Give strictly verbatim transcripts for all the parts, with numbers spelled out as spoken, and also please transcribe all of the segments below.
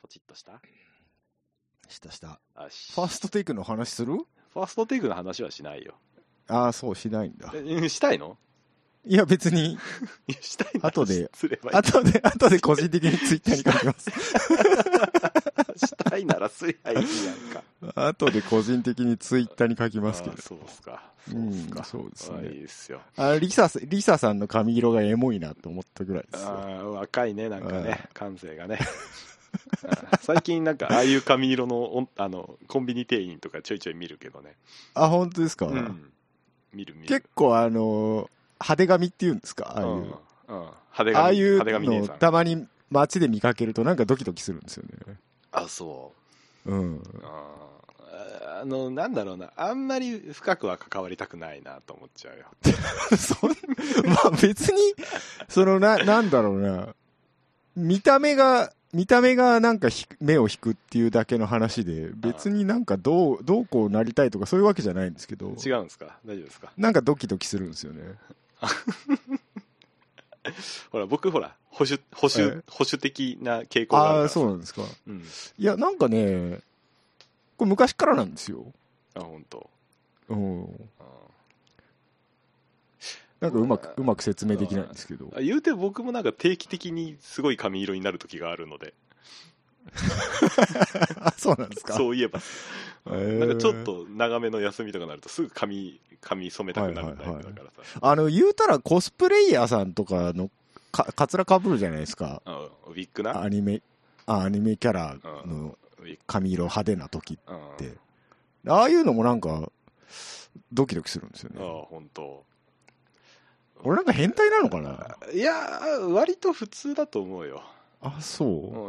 ポチッとしたしたしたあしファーストテイクの話する？ ファーストテイクの話はしないよ。 ああ、そうしないんだ。 えしたいの？ いや別にいやしたい後ですればいい。 後で後で個人的にツイッターに書きますしたいならすりゃいいやんか。 後で個人的にツイッターに書きますけど。 そうっすか。 そうっすか。 ん、そうですね。 いいですよ。 あ、リサリサさんの髪色がエモいなと思ったぐらいですよ。 あ若いね、なんかね、感性がね。最近なんかああいう髪色のあのコンビニ店員とかちょいちょい見るけどね。 あ、本当ですか？ うん、見る見る。 結構あの派手髪っていうんですか、ああいう、うんうん、 派手髪、 ああいうのたまに街で見かけるとなんかドキドキするんですよね。 あ、そう。 うん。 あのなんだろうな、あんまり深くは関わりたくないなと思っちゃうよ。 そんまあ別にそのななんだろうな、見た目が見た目がなんか目を引くっていうだけの話で、別になんかどうどうこうなりたいとかそういうわけじゃないんですけど。 違うんですか？大丈夫ですか？ なんかドキドキするんですよね。 ほら僕ほら保守保守保守的な傾向があるから。 ああ、そうなんですか。 うん、 いやなんかね、これ昔からなんですよ。 あ、本当。 うん。なんかうまくうまく説明できないんですけど。 言うて僕もなんか定期的にすごい髪色になる時があるので。 あ、そうなんですか。 そういえば、 えー、 なんかちょっと長めの休みとかになるとすぐ髪髪染めたくなるタイプだからさ、はいはいはい、 あの言うたらコスプレイヤーさんとかのかカツラかぶるじゃないですか。 ウィッグなアニメあアニメキャラの髪色派手な時って、ああいうのもなんかドキドキするんですよね。 ああ、本当。 俺なんか変態なのかな。 いや割と普通だと思うよ。 あ、そう、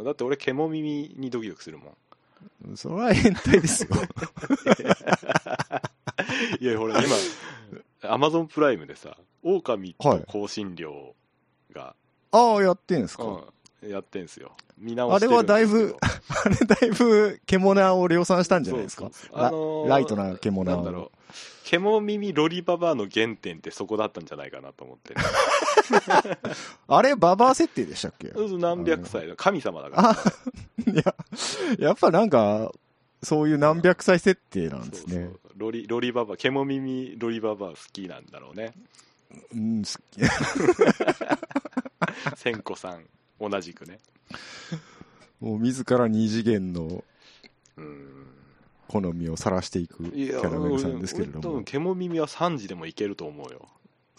うん、だって俺獣耳にドキドキするもん。それは変態ですよ。 いやほら今アマゾンプライムでさ、狼と香辛料が、はい、 ああやってんすか、 うん、やってんすよ。見直してるんですけど、 あれはだいぶあれだいぶ獣を量産したんじゃないですか。そうそうそう、あのー、ライトな獣を。なんだろう、 獣耳ロリババアの原点ってそこだったんじゃないかなと思って、ね、 あれババア設定でしたっけ？ 何百歳の神様だから、 ね、いややっぱなんかそういう何百歳設定なんですね。そうそう、 ロリロリババア、獣耳ロリババア好きなんだろうね。 うん、好き。 千子さん同じくね。 もう自ら二次元の好みを晒していくキャラメルさんですけれども、 多分獣耳はさんじでもいけると思うよ。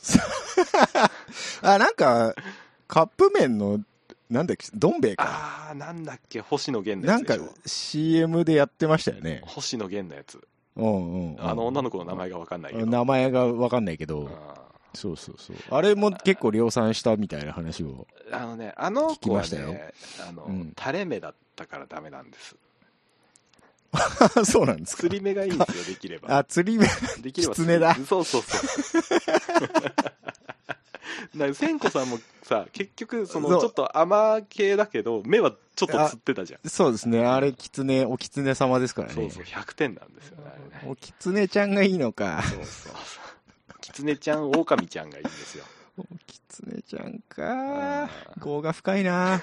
あ、なんかカップ麺のなんだっけ、どん兵衛か。 ああ、なんだっけ、星野源のやつでしょ。 なんか シーエム でやってましたよね。 星野源のやつ。 うんうん、うん、 あの女の子の名前が分かんないけど。 名前が分かんないけど。そうそうそう。あれも結構量産したみたいな話をあのね、あの子は聞きましたよ。 ね、あの、うん、垂れ目だったからダメなんです。 そうなんですか。 釣り目がいいんですよ、できれば。 あ、釣り目。できれば。キツネだ。 そうそうそう。なんか千子さんもさ、結局そのちょっと甘系だけど目はちょっとつってたじゃん。 そうですね、あれキツネ、おキツネ様ですからね。 そうそう、ひゃくてんなんですよね、あれね。 おキツネちゃんがいいのか。 そうそうそう、キツネちゃん、オオカミちゃんがいいんですよ。 おキツネちゃんか、業が深いな。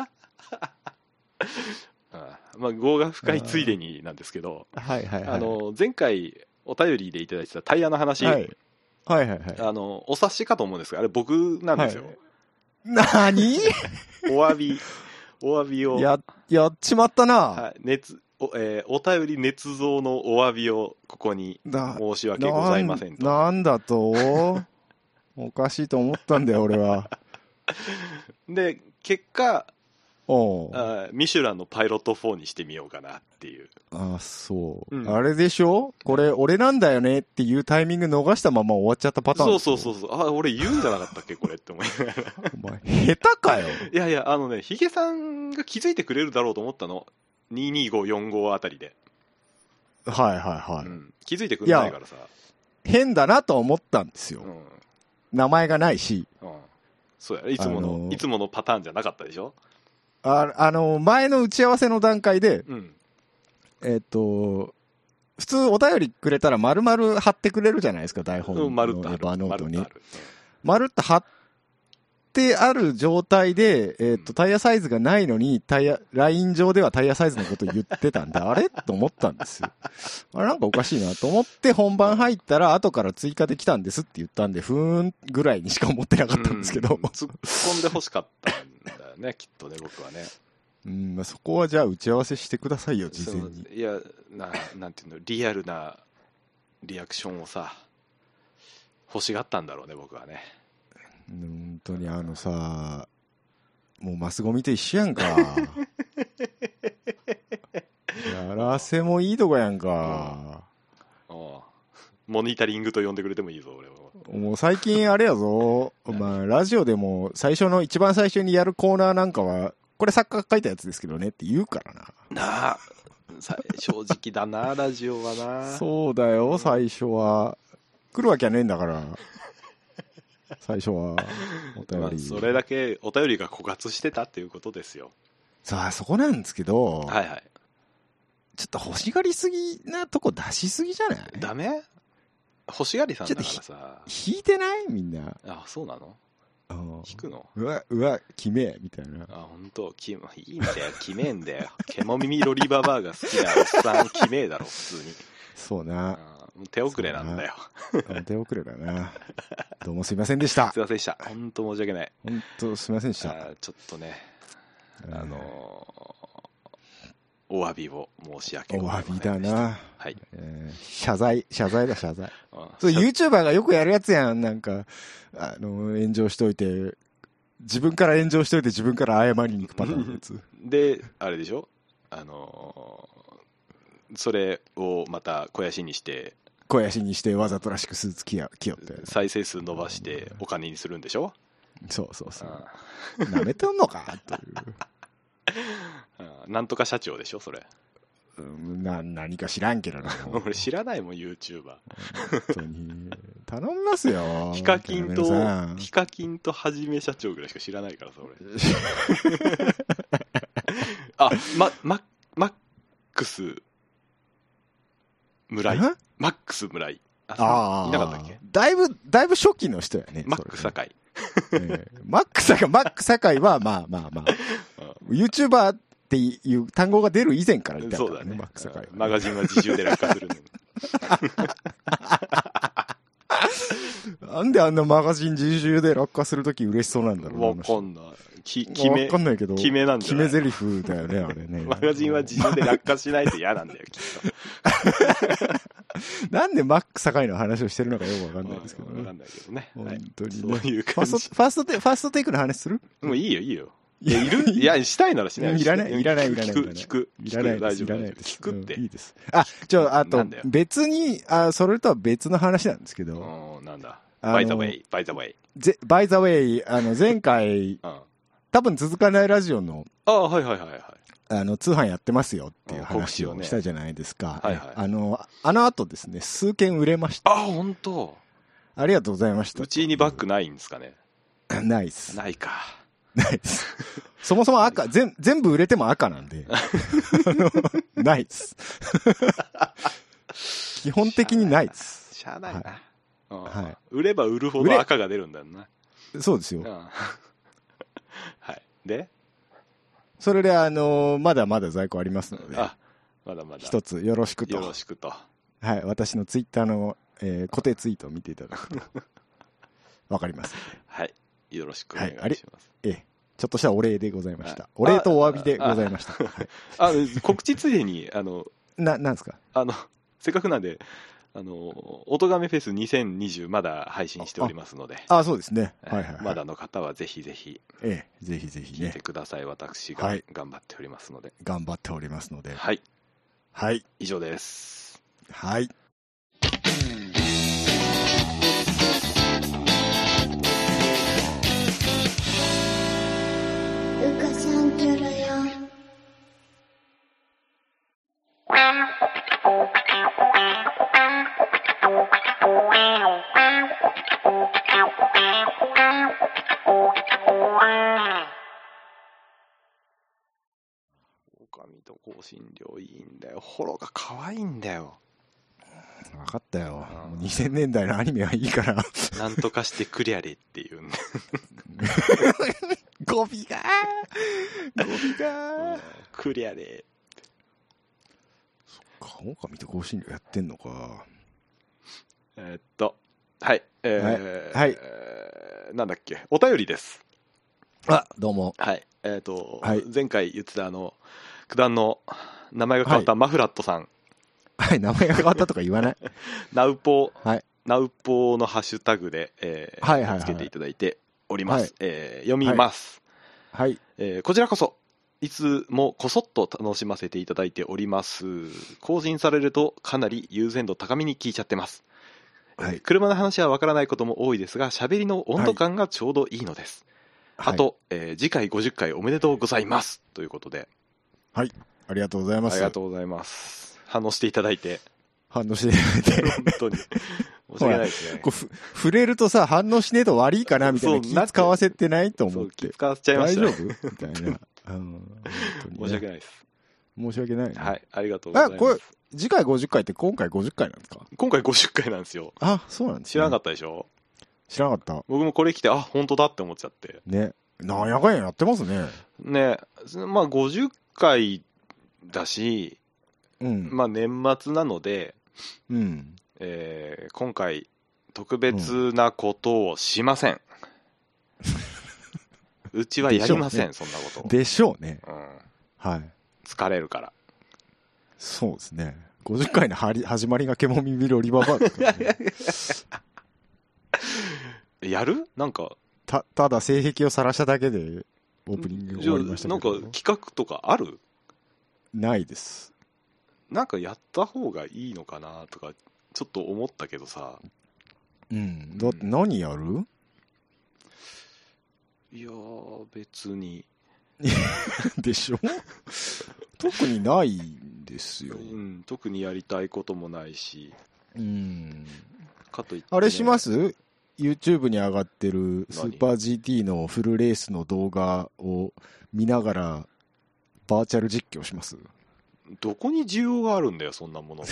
あまあ業が深いついでになんですけど、 はいはいはい、 あの前回お便りでいただいてたタイヤの話、 はいはいはいはい、 あのお察しかと思うんですが、あれ僕なんですよ。はい、 何お詫びお詫びをや, やっちまったな、 はい、熱 お,、えー、お便り捏造のお詫びをここに申し訳ございませんと。 な, なんだとおかしいと思ったんだよ俺は。 で結果おあミシュランのパイロットフォーにしてみようかなっていう。 あ、そう、うん、 あれでしょ、これ俺なんだよねっていうタイミング逃したまま終わっちゃったパターン。 そうそうそうそう、あ、俺言うんじゃなかったっけこれって思いながら。 お前下手かよ。 いやいや、あのね、ヒゲさんが気づいてくれるだろうと思ったの、にーにーごよんごあたりで。 はいはいはい、うん、 気づいてくれないからさ、 変だなと思ったんですよ、うん、名前がないし、 うん、そうや、いつもの、あのー、いつものパターンじゃなかったでしょ。 あ, あの前の打ち合わせの段階で、 うん、 えっと普通お便りくれたら丸々貼ってくれるじゃないですか、台本のエヴァノートに。丸っと貼ってある状態で、えっと、タイヤサイズがないのに、タイヤ、ライン上ではタイヤサイズのことを言ってたんで、あれと思ったんですよ。あれなんかおかしいなと思って本番入ったら、後から追加できたんですって言ったんで、ふーんぐらいにしか思ってなかったんですけど。 うん、突っ込んで欲しかったんだよね、きっとね、僕はね。 うん、まあ、そこはじゃあ打ち合わせしてくださいよ、事前に。 いや、な、なんていうの、リアルなリアクションをさ、欲しがったんだろうね、僕はね。 本当にあのさ、もうマスゴミと一緒やんか。やらせもいいとこやんか。 うん、モニタリングと呼んでくれてもいいぞ、俺は。 もう最近あれやぞ、まあ、ラジオでも最初の一番最初にやるコーナーなんかは、これ作家が書いたやつですけどねって言うからな。 なあ、正直だな、ラジオはな。 そうだよ、最初は。来るわけはねえんだから。最初はお便り、まあ、 それだけお便りが枯渇してたっていうことですよ。 さあそこなんですけど、 はいはい、 ちょっと欲しがりすぎなとこ出しすぎじゃない？ ダメ？欲しがりさんだからさ。 ちょっと引いてないみんな。 あ、そうなの？引くの？ うわうわきめえみたいな。 あ、本当、きいいんだよ、きめえんだよ。ケモ耳ロリババアが好きなおっさんきめえだろ普通に。 そうな。 手遅れなんだよ。 手遅れだな。どうもすいませんでした。 すいませんでした。本当申し訳ない。 本当すいませんでした。 ちょっとね、あのー、お詫びを申し訳ございませんでした。 お詫びだな。 はい。 えー、謝罪謝罪だ謝罪。そう YouTuber がよくやるやつやん。なんかあの炎上しといて自分から炎上しといて自分から謝りに行くパターンのやつ。 であれでしょ。あのー、それをまた肥やしにして。 肥やしにしてわざとらしくスーツ着よって再生数伸ばしてお金にするんでしょ。 そうそうそうなめとんのかというなんとか社長でしょそれ。 な何か知らんけどな俺知らないもん YouTuber 本当に頼みますよ。 ヒカキンとヒカキンとはじめ社長ぐらいしか知らないからさ俺あ、ま、ママックス村井マックス村井。ああ、いなかったっけ？ だいぶ、だいぶ初期の人やね。 マック酒井。 えー、マック酒井、マック酒井は、まあまあまあ。YouTuber っていう単語が出る以前からいたからね、そうだね、マック酒井は、ね。 マガジンは自習で落下するのに。 なんであんなマガジン自習で落下するとき嬉しそうなんだろう。 わかんない。き決め、 わかんないけど、 決めなんじゃない？ 決め台詞だよね、あれね。 マガジンは自習で落下しないと嫌なんだよ、きっと。なんでマック酒井の話をしてるのかよくわかんないですけどね。 わかんないけどね。 本当に、ね。 そういう感じ。 ファースト、ファーストテ、ファーストテイクの話する？ もういいよ、いいよ。いや、いる？いや、したいならしない。 いらない、いらない、いらない。 聞く、 いらない、 大丈夫。 いらないです。 聞くって。 いいです。あ、じゃあ、あと、別に、あ、それとは別の話なんですけど。 なんだ。バイザウェイ、バイザウェイ。 バイザウェイ、あの、前回、多分続かないラジオの、 ああ、はいはいはいはい。 あの、通販やってますよっていう話をしたじゃないですか。 はいはい。 あの、あの後ですね、数件売れました。 あ、本当。 ありがとうございました。 うちにバッグないんですかね。 ないっす。 ないか。 ないっす。そもそも赤、全全部売れても赤なんで。ないっす。基本的にないっす。 しゃあないな。 はい。 売れば売るほど赤が出るんだよな。 そうですよ。 はい。でそれで、あのー、まだまだ在庫ありますので。 あ、まだまだ。 一つよろしくと。 よろしくと。 はい。私のツイッターの、えー、固定ツイートを見ていただくと。わかります。 はい。よろしくお願いします。 はい、ええ。ちょっとしたお礼でございました。お礼とお詫びでございました。 はい、あ、告知ついでに、あの、 な、なんですか？ あの、せっかくなんで、あの、おとがめフェスにせんにじゅうまだ配信しておりますので。 ああ、そうですね。はいはい、はい。 まだの方はぜひぜひ。 ええ、ぜひぜひね。 聞いてください。私が頑張っておりますので。 頑張っておりますので。 はい。 はい。 以上です。 はい。 うかさんキョロよ。 狼と香辛料いいんだよ。ホロが可愛いんだよ。 分かったよ。 うんもうにせんねんだいのアニメはいいから。 なんとかしてくりゃれっていうんで。 語尾が語尾が、 うんくりゃれ。 そっか、狼と香辛料やってんのか。 えーっと、はい。えーはいはいえーなんだっけ、お便りです。 あ、どうも。 はい。えーっと、 はい前回言ってたあの、九段の名前が変わったマフラットさん、 はい、名前が変わったとか言わない。 ナウポー、 はい。 ナウポーのハッシュタグで、えーはいはいはいつけていただいております。 はいえー読みます。 はい。 えーこちらこそ、いつもこそっと楽しませていただいております。更新されるとかなり優先度高めに聞いちゃってます。 はいえー車の話はわからないことも多いですが、喋りの温度感がちょうどいいのです。あと、えー次回ごじゅっかいおめでとうございます。ということで、 はい。ありがとうございます。 ありがとうございます。反応していただいて、 反応していただいて。 本当に申し訳ないですね。 こうふ触れるとさ、反応しねえと悪いかなみたいなそう気使わせてないとそう思って。 気使わせちゃいま大丈したね。 夫みたいな。うん本当にね申し訳ないです。 申し訳ないね。 はい、ありがとうございあ、これます。、 次回ごじゅっかいって今回ごじゅっかいなんですか？ 今回ごじゅっかいなんですよ。 あ、そうなんですね。 知らなかったでしょ？ 知らなかった。 僕もこれ来て、あ、本当だって思っちゃって。 ね。なんやかんややってますね。 ね、まあごじゅっかいだし、 うん。 まあ年末なので、 うん。 えー今回特別なことをしません。うちはやりません、 でそんなこと。 でしょうね。 うん。 はい。 疲れるから。 そうですね。ごじゅっかいのはり始まりが獣耳ロリババアですからね。 やるなんか、 た、ただ性癖を晒しただけでオープニング終わりましたけど。 じゃあなんか企画とかある？ ないです。 なんかやった方がいいのかなとか、ちょっと思ったけどさ。 うん。だって何やる？ いやー、別に。 でしょ？特にないんですよ。 うん、特にやりたいこともないし、 うん。 かといって、ね、 あれします？ YouTube に上がってるスーパー ジーティー のフルレースの動画を見ながらバーチャル実況します？ どこに需要があるんだよ、そんなもの。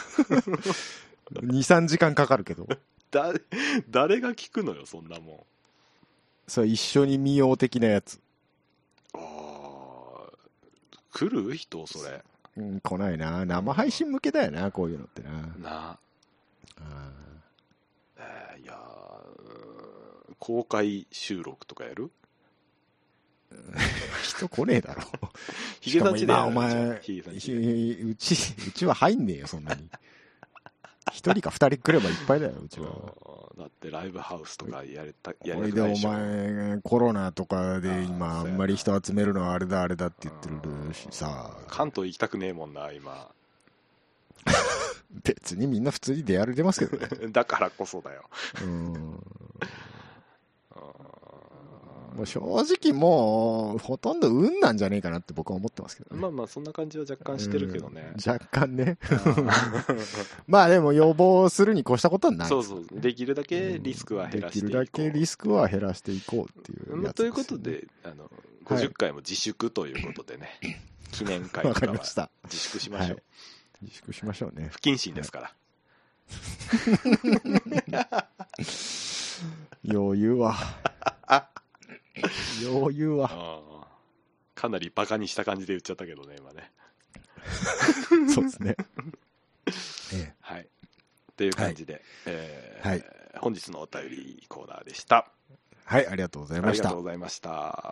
に、さんじかんかかるけど。 だ誰が聞くのよ、そんなもん。 それ一緒に見よう的なやつ。 あー、来る人、それ。 うん、来ないな。生配信向けだよな、こういうのってな。 なあえーいやーうーん公開収録とかやる？ 人来ねえだろ。 ヒゲさんちでやるしかも今お前、 ヒゲさんちひでうち、うちは入んねえよ、そんなに。一人か二人来ればいっぱいだよ、うちは。 だってライブハウスとかやれたやこれでおりたくないでしょ。 前、コロナとかであ今、あーそうやなんまり人集めるのはあれだあれだって言ってるしさ。 関東行きたくねえもんな、今。 別にみんな普通に出歩いてますけどね。 だからこそだよ。 うん。もう正直もう、ほとんど運なんじゃねえかなって僕は思ってますけどね。 まあまあ、そんな感じは若干してるけどね。 うん若干ね。 あーまあでも予防するに越したことはない。 そうそう。できるだけリスクは減らしていこう。 できるだけリスクは減らしていこうっていうまあやつということで、あの、ごじゅっかいも自粛ということでね、記念会わとかはかりました。 自粛しましょう。 はい自粛しましょうね。 不謹慎ですから。 余裕は。余裕は。 あーかなりバカにした感じで言っちゃったけどね、今ね。 そうですね。えはい。という感じで、えーはい本日のお便りコーナーでした。 えはい、ありがとうございあましたりがとう。ございました。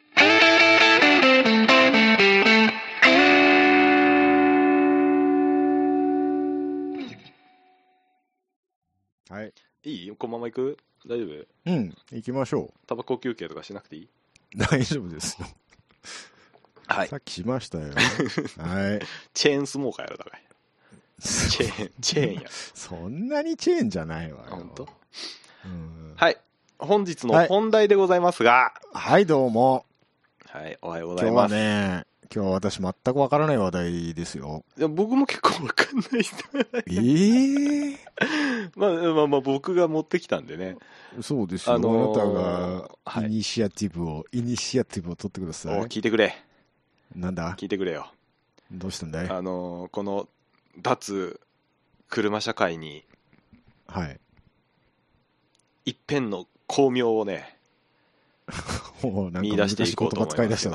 はい。 いいこのまま行く？大丈夫？ うん、行きましょタバコ休憩とかしなくていい？ う。大丈夫ですよ。 はいさ。っきしましたよ。はい。 チェーンスモーカーやろ、だから。チェーン、チェーンや。 そんなにチェーンじゃないわよ。 本当？ うんはい。本日の本題でございますが、 はい、どうも。 はい、おはようござ今日はいます。 ね、今日は私全くわからない話題ですよ。 いや僕も結構わかんないです。 ええまあまあまあ、僕が持ってきたんでね。 そうですよ。 あのーあなたはいがイニシアティブを、イニシアティブを取ってください。 お聞いてくれ。 なんだ聞いてくれよ。 どうしたんだい？ あのーこの脱車社会にはい一片の巧妙をね見出していこうと思いますけど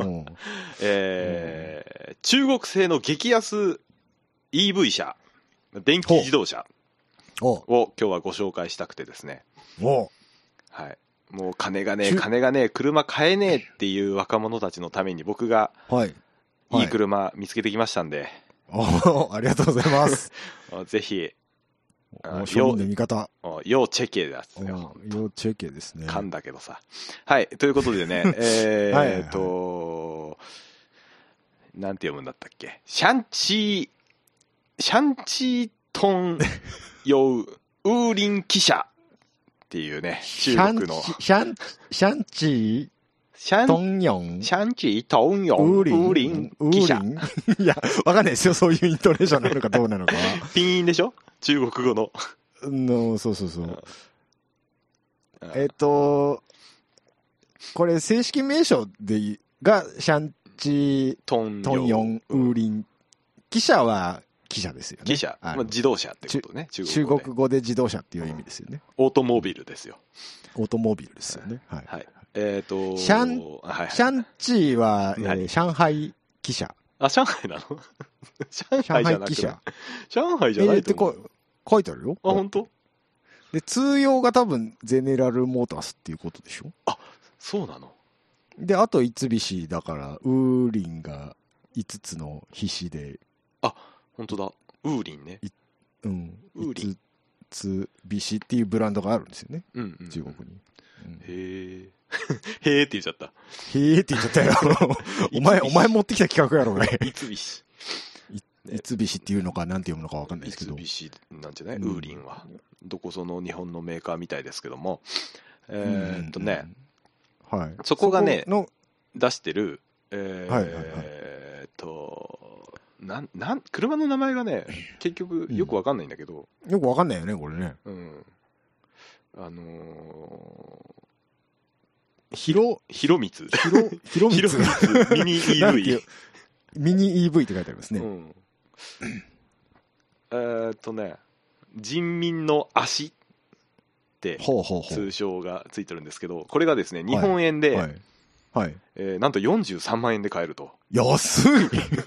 えー、中国製の激安 イーブイ 車、電気自動車を今日はご紹介したくてですね。 おはい。もう金がねえ、金がねえ、車買えねえっていう若者たちのために僕がいい車見つけてきましたんで。 おありがとうございます。 ぜひ、 庶民の味方。 要チェケだっすよ。 要チェケですね。 噛んだけどさ。はい。ということでね、えーっと、なんて読むんだったっけ。シャンチー、シャンチートンヨウウーリン汽車っていうね、中国の。 シャン、シャンチーシャン、 トンヨン。 シャンチートンヨンウーリン汽車。 いや、わかんないですよ。そういうイントネーションなのかどうなのかは。 ピンインでしょ中国語の。 の、そうそうそう。えっと、これ正式名称で、が、シャンチートンヨンウーリン。汽車は、汽車ですよね。 汽車。まあ、自動車ってことね。 中国語で。中国語で自動車っていう意味ですよね。 オートモービルですよ。 オートモービルですよね。はい。 はい。えっと、 シャン、はい、シャンチーは、えー、上海汽車。 あ、上海なの上海じゃなくて。上海じゃないと思う。 えー、って書いてあるよ。 あ、本当？ で、通用が多分、ゼネラルモータースっていうことでしょ？ あ、そうなの？ で、あと、三菱だから、ウーリンがいつつの比子で。 あ、本当だ。ウーリンね。 うん。 ウーリン。 いつつ菱っていうブランドがあるんですよね。 うん、うん。 中国に。 うん、へえ。へーって言っちゃった。 へーって言っちゃったよ。お前、お前持ってきた企画やろ、ね。 三菱。 三菱っていうのか、なんて読むのかわかんないですけど。 三菱なんじゃない、うん、ウーリンは。どこその日本のメーカーみたいですけども。えー、っとね、 うんうん、はい。 そこがね、出してる、えー、はいはいはい、えー、っと、なん、なん、車の名前がね、結局よくわかんないんだけど。 うん、よくわかんないよね、これね。 うん。あのー、 ひろ、 ひろみつ。 ひろ、ひろみつ。 ミニ イーブイ。 ミニ イーブイ って書いてありますね。 うん、えーっとね、人民の足って通称がついてるんですけど、これがですね、日本円で、はいはい、えー、なんとよんじゅうさんまんえんで買えると。 安い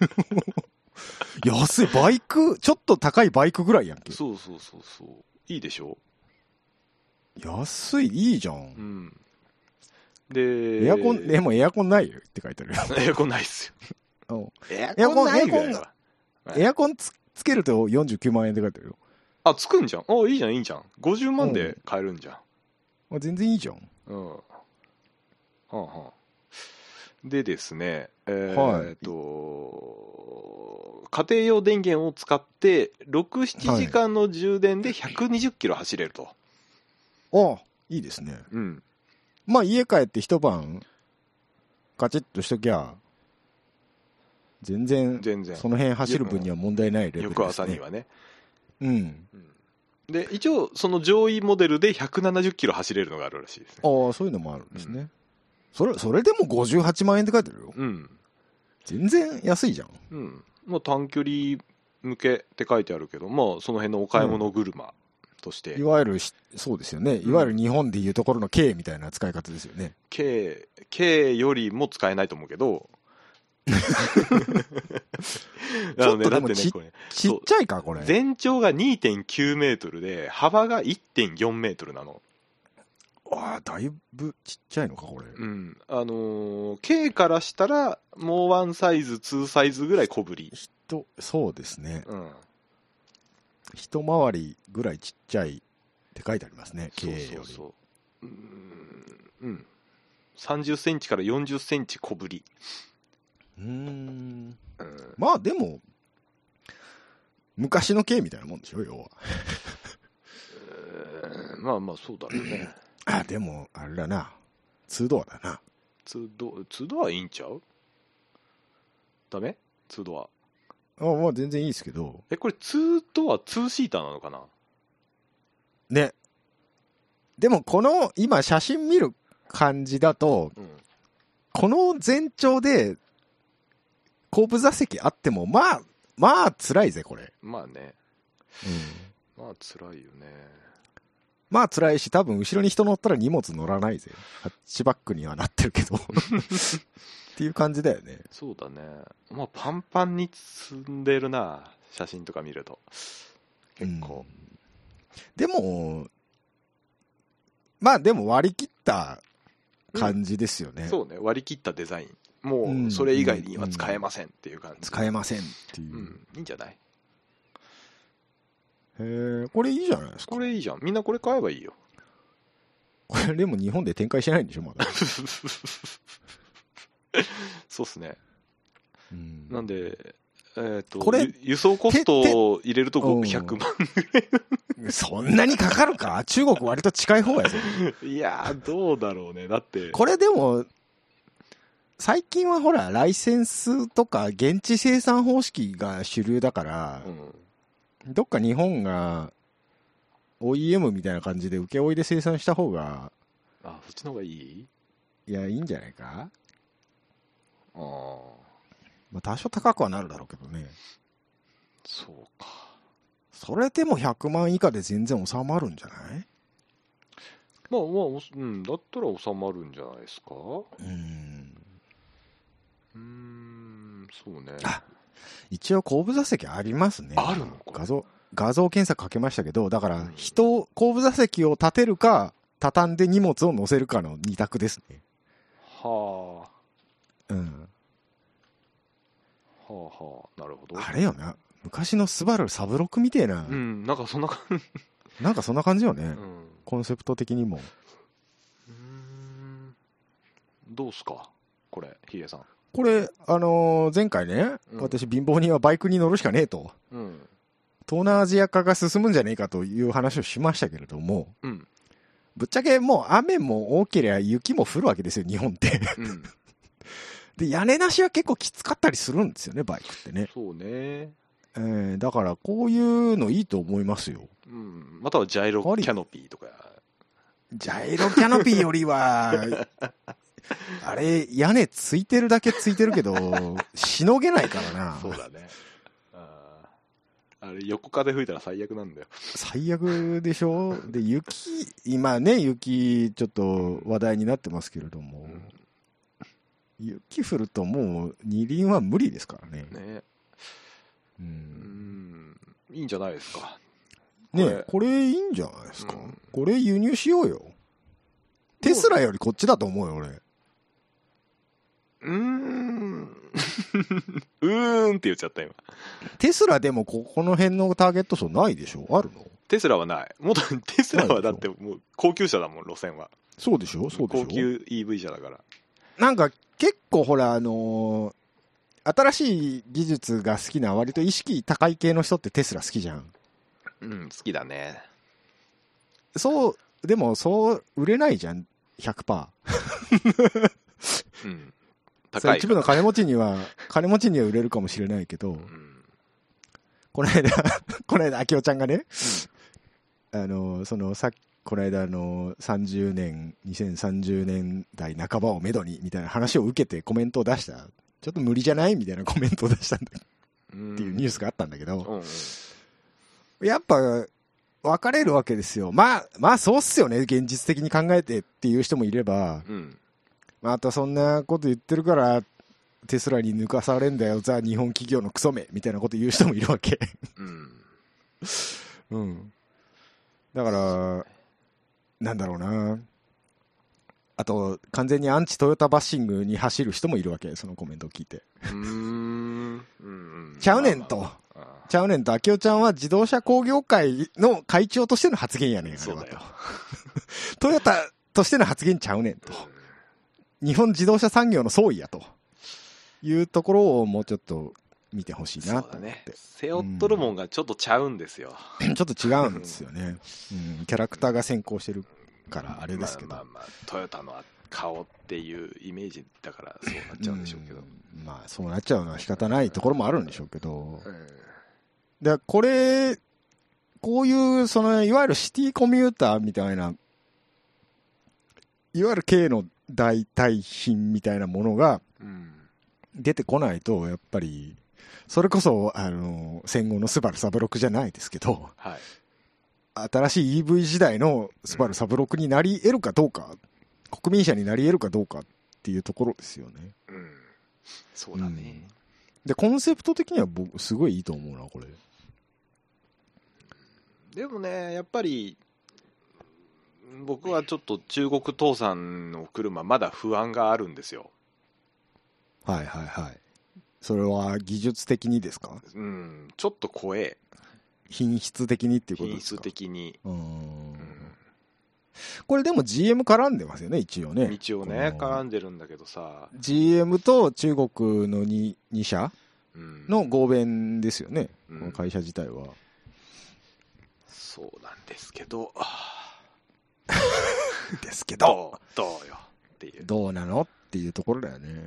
安い。バイク、ちょっと高いバイクぐらいやんけ。 そうそうそうそう。いいでしょ？ 安い、いいじゃん。うん。 で、 エアコン、でもエアコンないよって書いてあるよ。 エアコンないっすよ。 エアコンないぐらいは。エアコン つ, つけるとよんじゅうきゅうまんえんで書いてあるよ。 あ、つくんじゃん。あ、いいじゃん、いいじゃん。ごじゅうまんで買えるんじゃん。 うん、全然いいじゃん。 うん。はあはあ。でですね、えー、っと、はい、家庭用電源を使ってろく、しちじかんの充電でひゃくにじゅっキロ走れると。 ああ、いいですね。うん。まあ家帰って一晩カチッとしときゃ全然全然その辺走る分には問題ないレベルですね。 翌朝にはね。 うん。 で一応その上位モデルでひゃくななじゅっキロ走れるのがあるらしいですね。 ああ、そういうのもあるんですね。うん、それそれでもごじゅうはちまんえんって書いてるよ。 うん。 全然安いじゃん。 うん。まあ短距離向けって書いてあるけど、まあその辺のお買い物車として、 うん、いわゆるそうですよね。いわゆる日本でいうところの軽みたいな使い方ですよね。 軽軽よりも使えないと思うけど。 なのでだってねこれちっちゃいかこれ。 全長が にてんきゅうメートルで幅が いってんよんメートルなの。 ああ、だいぶちっちゃいのかこれ。 うん。あのー、軽からしたらもうワンサイズツーサイズぐらい小ぶり。 人そうですね。 うん。 一回りぐらいちっちゃいって書いてありますね。軽より。そうそうそう。 うーん。うん。さんじゅっセンチからよんじゅっセンチ小ぶり。 うーん。うん、まあでも昔の軽みたいなもんでしょ要は。 えー、まあまあそうだろうね。 あ、でもあれだな、ツードアだな。 ツードア、ツードアいいんちゃう？ダメ？ツードア。 あ、まあ全然いいですけど。 え、これツードアツーシーターなのかな？ ね。でもこの今写真見る感じだと、うん、この全長で後部座席あってもまあまあ辛いぜこれ。 まあね。 うん、 まあ辛いよね。 まあ辛いし、多分後ろに人乗ったら荷物乗らないぜ。ハッチバックにはなってるけどっていう感じだよね。 そうだね。まあパンパンに積んでるな、写真とか見ると結構、 うん、でもまあでも割り切った感じですよね、 うん、そうね、割り切ったデザイン、もうそれ以外には使えませんっていう感じ、 うん、使えませんっていう、 うん、いいんじゃない。 へえ、これいいじゃないですか。 これいいじゃん、みんなこれ買えばいいよ。 これでも日本で展開してないんでしょまだそうっすね、 うん、 なんでえー、とこれ輸送コストを入れるとひゃくまんぐらいそんなにかかるか。中国割と近い方やぞいやーどうだろうね。だってこれでも最近はほらライセンスとか現地生産方式が主流だから、うん、どっか日本が オーイーエム みたいな感じで請負いで生産した方が、 あ、そっちの方がいい。 いや、いいんじゃないか。 ああ、 まあ多少高くはなるだろうけどね。 そうか。 それでもひゃくまん以下で全然収まるんじゃない？ まあまあ、うん、だったら収まるんじゃないですか。 うーん。 うーん、そうね。 あ、一応後部座席ありますね。 あるの？ 画像、画像検索かけましたけど、だから人、後部座席を立てるか、畳んで荷物を乗せるかの二択ですね。 はあ。うん。 はあはあ、なるほど。 あれよな。昔のスバルサブロックみてえな。 うん、なんかそんな感じ。 なんかそんな感じよね。 うん、 コンセプト的にも。 うーん、どうすかこれ、ヒゲさん。 これ、あのー前回ね、うん、私貧乏人はバイクに乗るしかねえと。うん、東南アジア化が進むんじゃねえかという話をしましたけれども、うん、ぶっちゃけもう雨も多ければ雪も降るわけですよ、日本って。うん、で、屋根なしは結構きつかったりするんですよね、バイクってね。 そうね。 えー、だからこういうのいいと思いますよ。 うん、またはジャイロキャノピーとか。 ジャイロキャノピーよりは、あれ、屋根ついてるだけついてるけど、しのげないからな。 そうだね。あ, あれ、横風吹いたら最悪なんだよ。 最悪でしょ。で、雪、今ね、雪、ちょっと話題になってますけれども、うん、雪降るともう二輪は無理ですからね。ね。 うん、うんいいんじゃないですか。 ねえ、これいいんじゃないですか。うん、これ輸入しようよ。テスラよりこっちだと思うよ、俺。 うーん。うーんって言っちゃった今。 テスラでもここの辺のターゲット層ないでしょ？あるの？ テスラはない。もっとテスラはだってもう高級車だもん、路線は。 そうでしょ？そうでしょ？ 高級 イーブイ 車だから。 なんか結構ほら、あのー、新しい技術が好きな割と意識高い系の人ってテスラ好きじゃん。 うん、好きだね。 そう、でもそう売れないじゃん、ひゃくパーセント。うん。高い。一部の金持ちには、金持ちには売れるかもしれないけど、うん、この間、この間、明夫ちゃんがね、うん、あの、その、さっき、この間、あの、さんじゅうねん、にせんさんじゅうねんだいなかばをめどに、みたいな話を受けてコメントを出した。ちょっと無理じゃないみたいなコメントを出したんだっていうニュースがあったんだけど、うんうん、やっぱ、分かれるわけですよ。まあ、まあそうっすよね。現実的に考えてっていう人もいれば、うん、またそんなこと言ってるからテスラに抜かされんだよ、ザ日本企業のクソめみたいなこと言う人もいるわけ。うん。うん。だから、なんだろうな。あと、完全にアンチトヨタバッシングに走る人もいるわけ、そのコメントを聞いて。うーん。うん、ちゃうねんと。まあまあちゃうねんと、明夫ちゃんは自動車工業会の会長としての発言やねん、あれはと。トヨタとしての発言ちゃうねんと。日本自動車産業の総意やというところをもうちょっと見てほしいなと思って。そうだね。 背負っとるもんがちょっとちゃうんですよ。 うん、ちょっと違うんですよね、うん。キャラクターが先行してるからあれですけど。 まあまあまあ、トヨタの顔っていうイメージだからそうなっちゃうんでしょうけど。 うん、まあそうなっちゃうのは仕方ないところもあるんでしょうけど。うんで、これ、こういう、その、いわゆるシティコミューターみたいな、いわゆる軽の代替品みたいなものが、出てこないと、やっぱり、 それこそ、あの、戦後のスバルサブロクじゃないですけど、 はい、 新しい イーブイ 時代のスバルサブロクになり得るかどうか、国民車になり得るかどうかっていうところですよね。 うん、そうだね、 うん、で、コンセプト的には僕、すごいいいと思うな、これ。 でもね、やっぱり、僕はちょっと中国倒産の車、まだ不安があるんですよ。 はいはいはい。それは技術的にですか？ うん、ちょっと怖え。 品質的にっていうことですか？ 品質的に。 うーん、うん、これでも ジーエム 絡んでますよね、一応ね。 一応ね、絡んでるんだけどさ。 ジーエム と中国の 2, 2社の合弁ですよね、うん、この会社自体は。 そうなんですけど。 ですけど。 どう、どうよっていう。 どうなのっていうところだよね。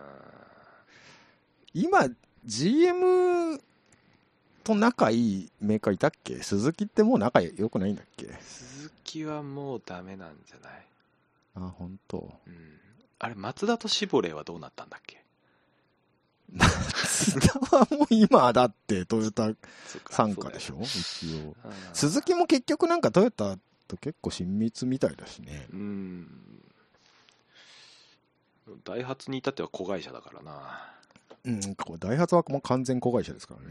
今、ジーエム と仲いいメーカーいたっけ？鈴木ってもう仲良くないんだっけ？ 鈴木はもうダメなんじゃない？ あ、本当。 うん。あれ、マツダとシボレーはどうなったんだっけ？ マツダはもう今だってトヨタ傘下でしょ、一応。鈴木も結局なんかトヨタと結構親密みたいだしね。 うん。ダイハツに至っては子会社だからな。 うん、ダイハツはもう完全子会社ですからね。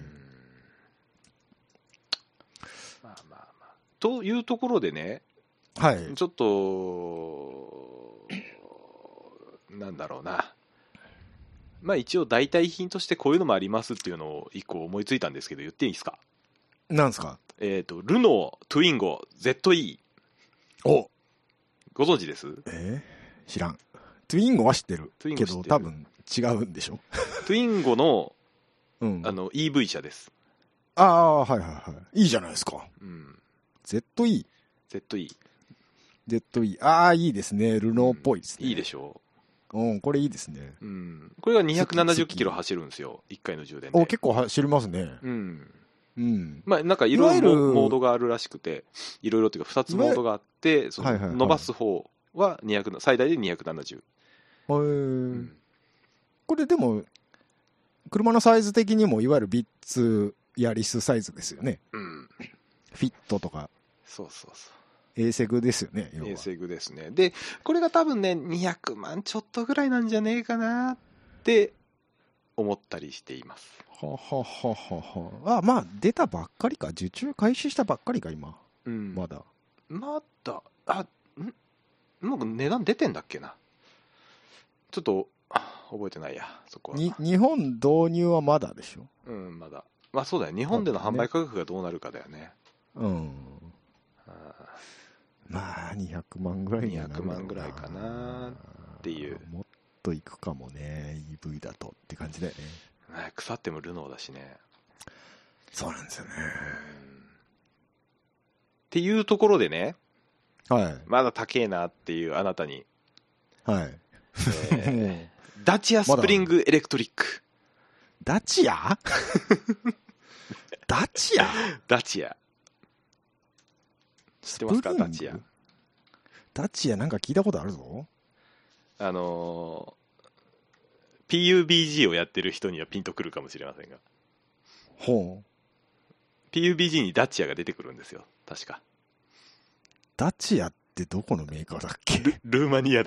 まあまあまあ。というところでね、 はい。 ちょっと、なんだろうな。まあ一応代替品としてこういうのもありますっていうのを一個思いついたんですけど、言っていいですか？ なんですか？ えっと、ルノートゥインゴ ゼットイー。 お、 ご存知です？ えー、知らん。トゥインゴは知ってるトゥインゴ知ってるけど多分違うんでしょ。 トゥインゴの、 うん、 あの イーブイ 車です。 ああ、はいはいはい。いいじゃないですか。 うん。 ゼットイー。 ゼットイー。 ゼットイー。ああ、いいですね。ルノーっぽいですね。 うん、いいでしょう。うん、これいいですね。 うん。これがにひゃくななじゅっキロ走るんですよ。いっかいの充電で。 お、結構走りますね。 うん。 うん。 まあなんかいろいろモードがあるらしくて、いろいろっていうかふたつモードがあって、その伸ばす方はにひゃく、最大でにひゃくななじゅう。 へえ、うん。これでも、車のサイズ的にもいわゆるビッツヤリスサイズですよね。 うん。 フィットとか。 そうそうそう。 エーセグですよね。 エーセグですね。で、これが多分ね、にひゃくまんちょっとぐらいなんじゃねえかなって思ったりしています。 ははははは。あ、まあ、出たばっかりか。受注開始したばっかりか、今。うん。まだ。 まだ、あ、んなんか値段出てんだっけな。ちょっと、覚えてないや、そこは。 に、日本導入はまだでしょ？ うん、まだ。まあそうだよ。日本での販売価格がどうなるかだよね。 うん。まあ、にひゃくまんぐらいになるにひゃくまんぐらいかなっていう。 もっといくかもね、イーブイ だとって感じだよね。 腐ってもルノーだしね。 そうなんですよね。 っていうところでね、 はい。 まだ高えなっていうあなたに、 はい。 えー、ダチアスプリングエレクトリック。 ダチアダチアダチア。知ってますか？ダチア。 ダチアなんか聞いたことあるぞ。 あのー、ピーユービージー をやってる人にはピンとくるかもしれませんが。 ほう。 ピーユービージー にダチアが出てくるんですよ。確か。 ダチアってどこのメーカーだっけ？ ル, ルーマニアです。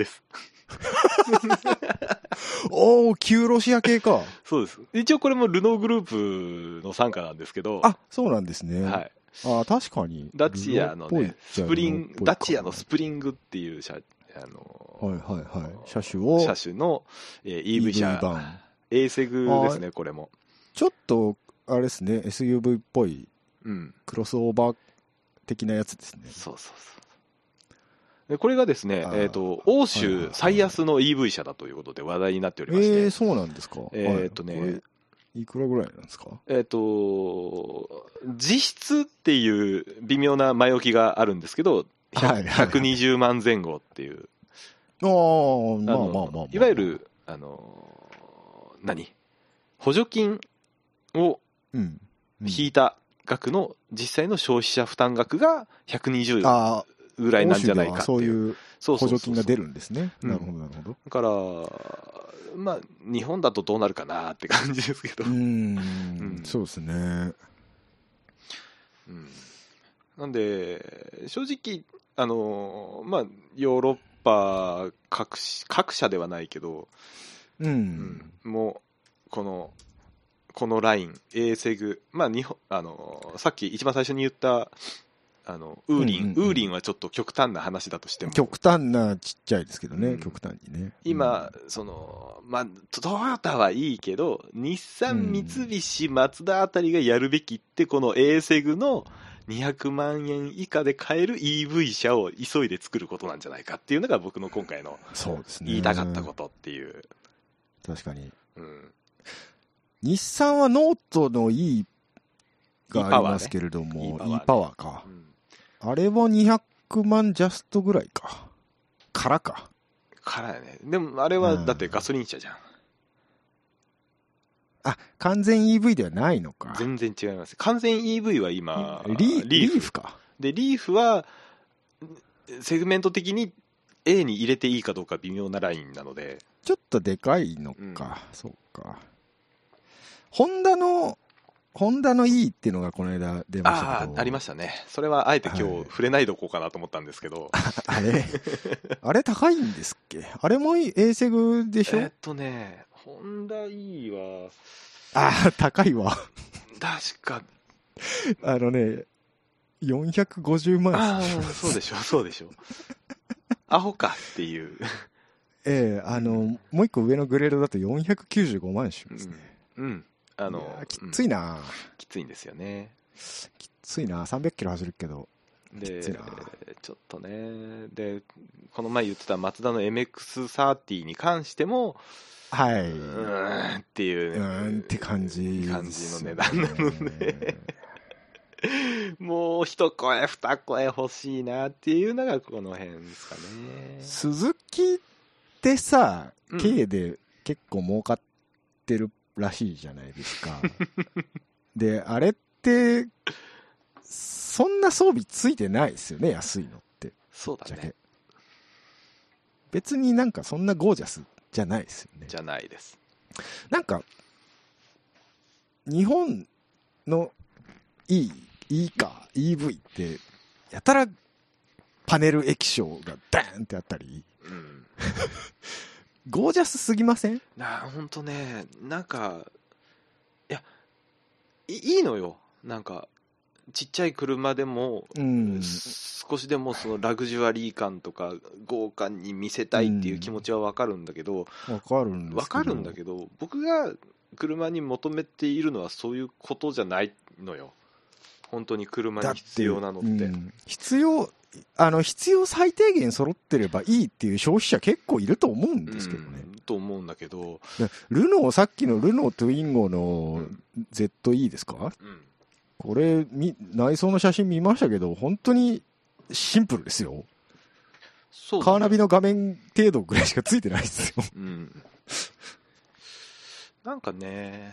おー、旧ロシア系か。 そうです。一応これもルノーグループの傘下なんですけど。 あ、そうなんですね。 はい。 あ、確かに。 ダチアのね、スプリング、ダチアのスプリングっていう車、あのー、はいはいはい。車種を。 車種の、えー、イーブイ 車。版。エーセグですね、これも。 ちょっと、あれですね、エスユーブイ っぽい、うん、クロスオーバー的なやつですね。 そうそうそう。でこれがですね、えっと、欧州最安の イーブイ 車だということで話題になっておりまして。 えー、そうなんですか。 えっとね、 はいいくらぐらいなんですか？ えっと、実質っていう微妙な前置きがあるんですけど、ひゃくにじゅうまんぜん後っていう。 ああ、まあまあまあ、まあ。 いわゆる、あの、何補助金を引いた額の実際の消費者負担額がひゃくにじゅうぐらいなんじゃないかっていう。 そういう補助金が出るんですね。なるほど、なるほど。 だから、 まあ日本だとどうなるかなって感じですけど、 うーん、 うんそうですね。 うん、なんで正直あのまあヨーロッパ各各社ではないけど、 うん、 うん、もうこのこのライン エーセグ、まあ日本あのさっき一番最初に言ったあのウーリン、 うんうんうん、 ウーリンはちょっと極端な話だとしても、 極端なちっちゃいですけどね、 うん、 極端にね。 今、うん、そのまあトヨタはいいけど日産、三菱、マツダあたりがやるべきってこの エーセグのにひゃくまんえん以下で買える イーブイ 車を急いで作ることなんじゃないかっていうのが僕の今回の言いたかったことっていう。 そうですね、確かに、 うん、 日産はノートの E がありますけれども、 E パワーか、うん、あれはにひゃくまんジャストぐらいかからかからやね。でもあれはだってガソリン車じゃん、うん、 あ、完全 イーブイ ではないのか。 全然違います。完全 イーブイ は今リー、リーフか。 でリーフはセグメント的に A に入れていいかどうか微妙なラインなので、 ちょっとでかいのか、うん、そうか。ホンダのホンダの E っていうのがこの間出ましたけど、 あ, ありましたね。それはあえて今日触れないでおこうかなと思ったんですけど、 はい、あれあれ高いんですっけ。あれも A セグでしょ。 えっとねホンダ E はあ高いわ確かあのねよんひゃくごじゅうまん。 ああそうでしょそうでしょアホかっていうええー、あのもう一個上のグレードだとよんひゃくきゅうじゅうごまんしますね。 うん、うん、あのきついな、うん、 きついんですよね。 きついな。さんびゃくキロ走るけどでちょっとね。でこの前言ってたマツダの エムエックスサーティー に関してもはい、 うーんっていう、ね、 うーんって感じ感じの値段なのでもう一声二声欲しいなっていうのがこの辺ですかね。 鈴木ってさ、うん、K で結構儲かってるらしいじゃないですかであれってそんな装備ついてないですよね、安いのって。 そうだね。 別になんかそんなゴージャスじゃないですよね。 じゃないです。 なんか日本の E、E か イーブイ ってやたらパネル液晶がダーンってあったり、うん、ゴージャスすぎません？ なあ、ほんとね、なんかいや い, いいのよ。なんかちっちゃい車でも、うん、少しでもそのラグジュアリー感とか豪華に見せたいっていう気持ちは分かるんだけど、 うん、分かるんですけど、 分かるんだけど僕が車に求めているのはそういうことじゃないのよ。本当に車に必要なのって、うん、 必要あの必要最低限揃ってればいいっていう消費者結構いると思うんですけどね、 うん、と思うんだけど、 ルノー、さっきのルノートゥインゴの ゼットイー ですか、うん、これ内装の写真見ましたけど本当にシンプルですよ。そう、ね、カーナビの画面程度ぐらいしかついてないですよ、うん、 なんかね、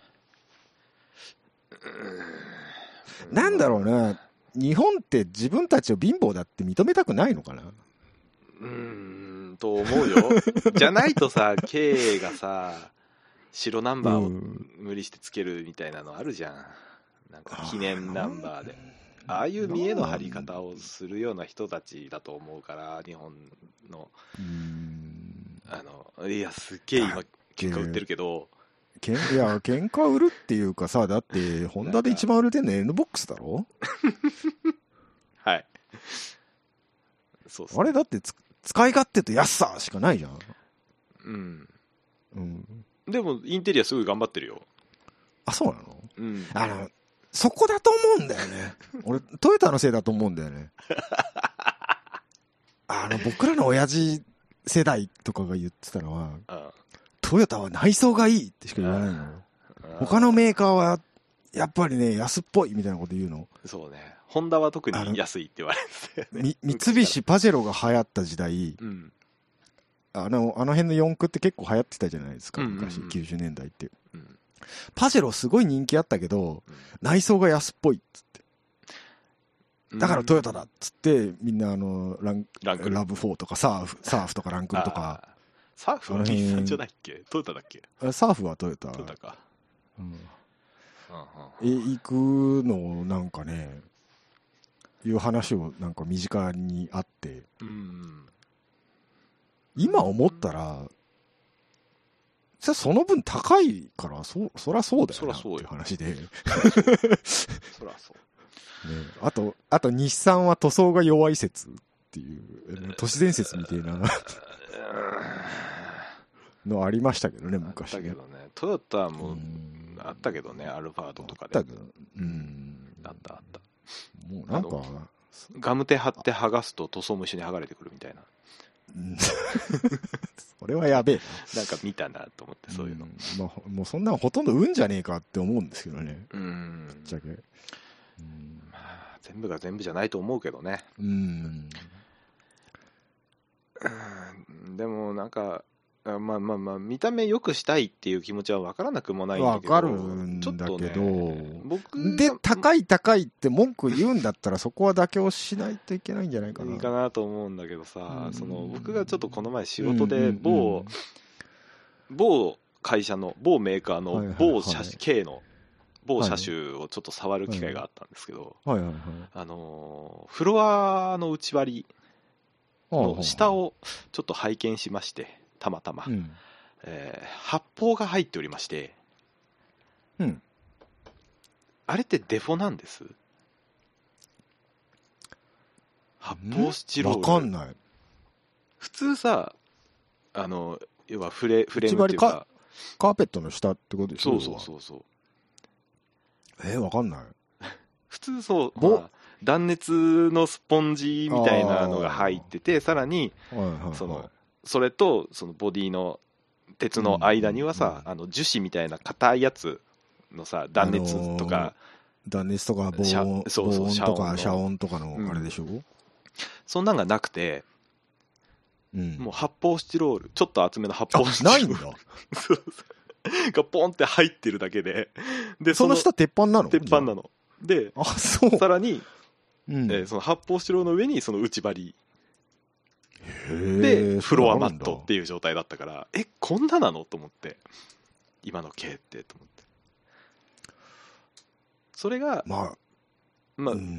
うん、なんだろうな、日本って自分たちを貧乏だって認めたくないのかな。 うーんと思うよじゃないとさ K がさ白ナンバーを無理してつけるみたいなのあるじゃん。なんか記念ナンバーでああいう見栄の張り方をするような人たちだと思うから、日本のうーんあのいやすっげえ今結果売ってるけど、 けんいや喧嘩売るっていうかさ、だってホンダで一番売れてんの N ボックスだろはいそうそう、 あれだってつ使い勝手と安さしかないじゃん。 うん、 うん、 でもインテリアすごい頑張ってるよ。 あ、そうなの、 うん、 あのそこだと思うんだよね俺トヨタのせいだと思うんだよねあの僕らの親父世代とかが言ってたのは、ああトヨタは内装がいいってしか言わないの。他のメーカーはやっぱりね安っぽいみたいなこと言うの。 そうね、ホンダは特に安いって言われてたよね。 三菱パジェロが流行った時代、うん、あのあの辺の四駆って結構流行ってたじゃないですか、昔、うんうんうん、きゅうじゅうねんだいって、うん、パジェロすごい人気あったけど、うん、内装が安っぽいっつってだからトヨタだっつってみんなあのランランクルラブフォーとかサーフサーフとかランクルとかサーフは日産じゃないっけ、トヨタだっけ。 サーフはトヨタ。 トヨタか。 うん。 うんうん、 え、行くのなんかね、いう話をなんか身近にあって、 うん、 今思ったら、その分高いから、そ、そらそうだよなっていう話で。 そらそう。 ね、あと、あと日産は塗装が弱い説っていう、都市伝説みたいなのありましたけどね、昔ね。 あったけどね。トヨタもあったけどね、アルファードとかで。 あったけど、うん。 あったあった。 もうなんか、 ガムテ貼って剥がすと塗装も一緒に剥がれてくるみたいな。 うん、それはやべえな。なんか見たなと思って、そういうの。 うんまあ、もうそんなのほとんど運じゃねえかって思うんですけどね。 うん。 ぶっちゃけ。うん、 まあ、全部が全部じゃないと思うけどね。 うん。 うん、でもなんか、まあまあまあ、見た目良くしたいっていう気持ちは分からなくもないんだけど。 分かるんだけど、 ね、僕で、高い高いって文句言うんだったらそこは妥協しないといけないんじゃないかな。 いいかなと思うんだけどさ、 うん、 その僕がちょっとこの前仕事で某、うんうん、某会社の、某メーカーの某車種、軽の某車種をちょっと触る機会があったんですけど、 はいはいはい、 あの、フロアの内張りの下をちょっと拝見しまして、たまたま、うんえー、発泡が入っておりまして、 うん、 あれってデフォなんです。発泡スチロール。 わかんない。 普通さ、あの要はフレフレームっていうか、 カーペットの下ってことでしょ。 そうそうそうそう。 えー、わかんない。 普通そう、まあ、断熱のスポンジみたいなのが入ってて、さらに、はいはいはい、そのそれとそのボディの鉄の間にはさ、うんうんうん、あの樹脂みたいな硬いやつのさ、断熱とか、あのー、 断熱とか防音、そうそう、防音とか遮音とかのあれでしょ、うん、 そんなんがなくて、うん、もう発泡スチロール、ちょっと厚めの発泡スチロールないんだそうそうがポンって入ってるだけで、でその下鉄板なの？ 鉄板なので、 あ、そう。 さらに、 うんえー、その発泡スチロールの上にその内張りでフロアマットっていう状態だったから、え、こんななのと思って、今の軽ってと思って、それがまあまあ、うん、うん、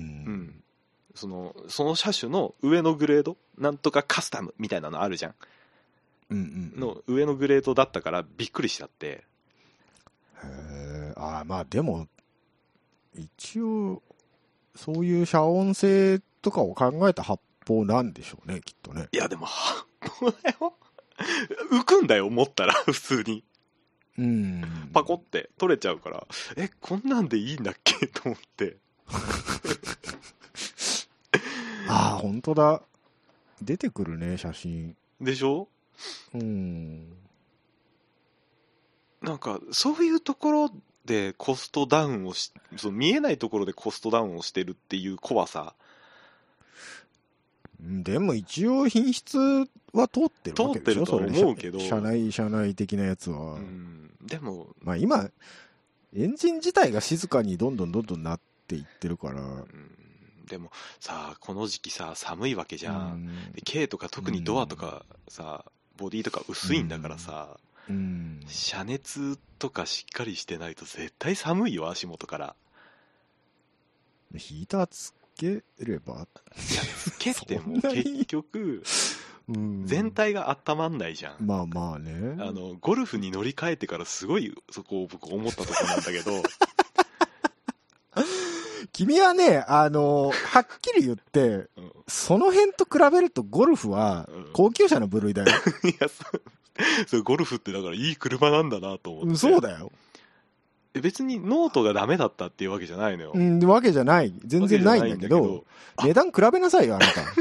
そのその車種の上のグレード、なんとかカスタムみたいなのあるじゃん、 うんうん、 の上のグレードだったからびっくりしちゃって。 へえ、あ、まあでも一応そういう遮音性とかを考えた発泡なんでしょうね、きっとね。 いやでも発泡だよ浮くんだよ、持ったら普通に、 うん、 パコって取れちゃうから、え、こんなんでいいんだっけと思ってああ、本当だ、出てくるね、写真でしょ。 うん、 なんかそういうところでコストダウンをし、その見えないところでコストダウンをしてるっていう怖さ。 でも一応品質は通ってるわけでしょ。 通ってると思うけど、 車内車内的なやつは、 うん、でもまあ今エンジン自体が静かにどんどんどんどんなっていってるから、うん、 でもさ、この時期さ寒いわけじゃん、うん、で軽とか特にドアとかさ、ボディとか薄いんだからさ、うん、遮熱とかしっかりしてないと絶対寒いよ、足元から。 ヒーターつければ、いやつけても結局全体が温まんないじゃん。 まあまあね、 あのゴルフに乗り換えてからすごいそこを僕思ったところなんだけど君はね、あのはっきり言って、うん、その辺と比べるとゴルフは高級車の部類だよ、 うん、いやそうそれゴルフってだからいい車なんだなと思って。 そうだよ。 別にノートがダメだったっていうわけじゃないのよ。 うん、わけじゃない。全然ないんだけど、値段比べなさいよ、あなた。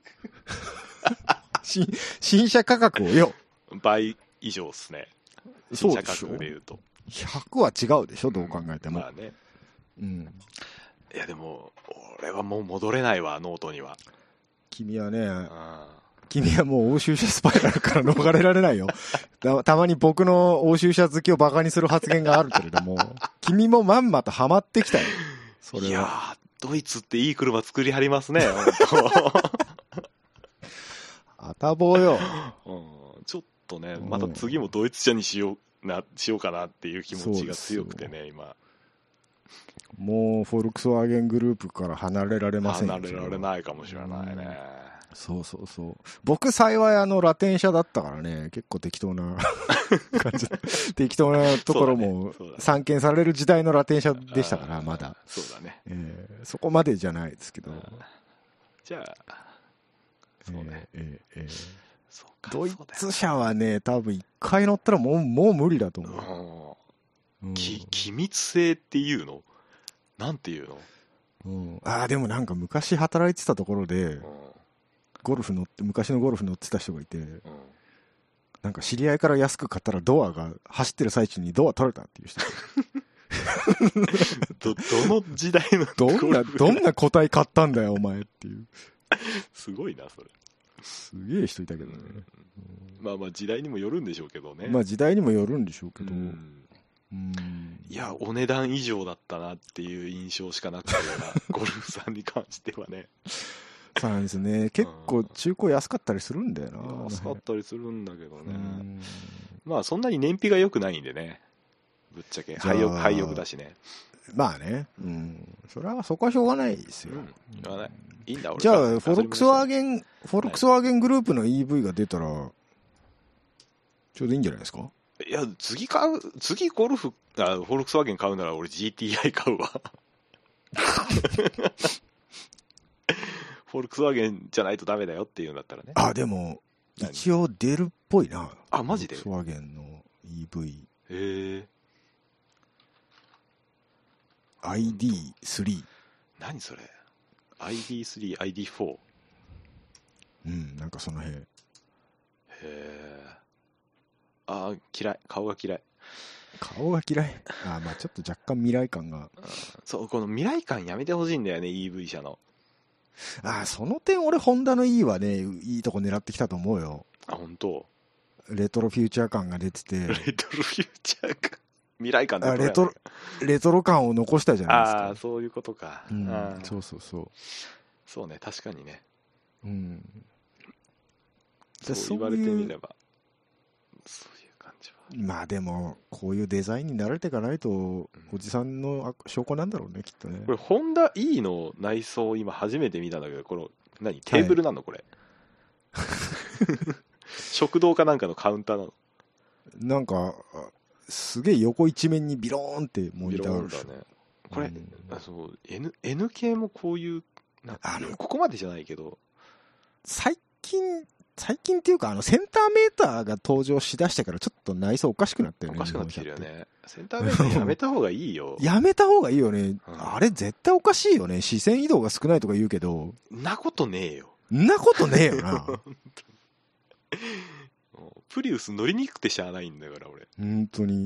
新, 新車価格をよ。 倍以上っすね。新車価格でいうと。 ひゃくは違うでしょ、どう考えても。 まあね。 うん。 いやでも、俺はもう戻れないわ、ノートには。 君はね、うん君はもう欧州車スパイラルから逃れられないよ。た, たまに僕の欧州車好きをバカにする発言があるけれども、君もまんまとハマってきたよ。それは。いやー、ドイツっていい車作りはりますね、 あたぼうよ、 うん。ちょっとね、 うんまた次もドイツ車にしようなしようかなっていう気持ちが強くてね、今もうフォルクスワーゲングループから離れられませんよ。 離れられないかもしれないね。 そうそうそう。僕幸いあのラテン車だったからね、結構適当な感じ適当なところも散見される時代のラテン車でしたから、まだ。 そうだね、 えー。そこまでじゃないですけど。 じゃあ、そうね。えーえー、そうかドイツ車はね、多分一回乗ったらもう、もう無理だと思う。うん、き機密性っていうのなんていうの、 うん、ああ、でもなんか昔働いてたところで、うん、ゴルフ乗って、昔のゴルフ乗ってた人がいて、うん、なんか知り合いから安く買ったらドアが、走ってる最中にドア取れたっていう人ど、どの時代のどんな、どんな個体買ったんだよ、お前っていう。 すごいな、それ。 すげえ人いたけどね、うん。 まあまあ時代にもよるんでしょうけどね。 まあ時代にもよるんでしょうけど。うんうん、いや、お値段以上だったなっていう印象しかなくてゴルフさんに関してはね。 そうなんですね。結構中古安かったりするんだよな。 安かったりするんだけどね。まあそんなに燃費が良くないんでね。ぶっちゃけ廃屋、廃屋だしね。 まあね。うん。それはそこはしょうがないですよ。 うん、しょうがない。いいんだ俺。 じゃあフォルクスワーゲン、フォルクスワーゲングループの イーブイ が出たらちょうどいいんじゃないですか。 いや、次買う、次ゴルフ、あ、フォルクスワーゲン買うなら俺 ジーティーアイ 買うわ。フォルクスワーゲンじゃないとダメだよっていうんだったらね。 あ、でも、一応出るっぽいな。 あ、マジで？ フォルクスワーゲンの イーブイ。 へえ。 アイディースリー。 何それ？ アイディースリー、アイディーフォー。 うん、なんかその辺。へえ。ああ、嫌い。顔が嫌い。 顔が嫌い。ああ、まあちょっと若干未来感が。 そう、この未来感やめてほしいんだよね、イーブイ 車の。 ああ、その点俺、ホンダの E はね、いいとこ狙ってきたと思うよ。 あ、本当。 レトロフューチャー感が出てて。 レトロフューチャー感。未来感だレトロ、レトロ感を残したじゃないですか。 ああ、そういうことか。 うん、そうそうそう。 そうね、確かにね。 うん。 そう言われてみれば。そういう感じは。 まあでも、こういうデザインに慣れていかないと、おじさんの証拠なんだろうね、きっとね。 これ、ホンダ E の内装を今初めて見たんだけど、この、何テーブルなの、はい、これ。食堂かなんかのカウンターなの。 なんか、すげえ横一面にビローンってモニターあるし。 だね。これ、うん、あそう N, N 系もこういうなあのここまでじゃないけど最近最近っていうかあのセンターメーターが登場しだしてからちょっと内装おかしくなったよね。 おかしくなってきてるよね。センターメーターやめた方がいいよ。 やめた方がいいよね、うん、あれ絶対おかしいよね。視線移動が少ないとか言うけどなことねえよ。 なことねえよな。 プリウス乗りにくくてしゃあないんだから俺。 本当に。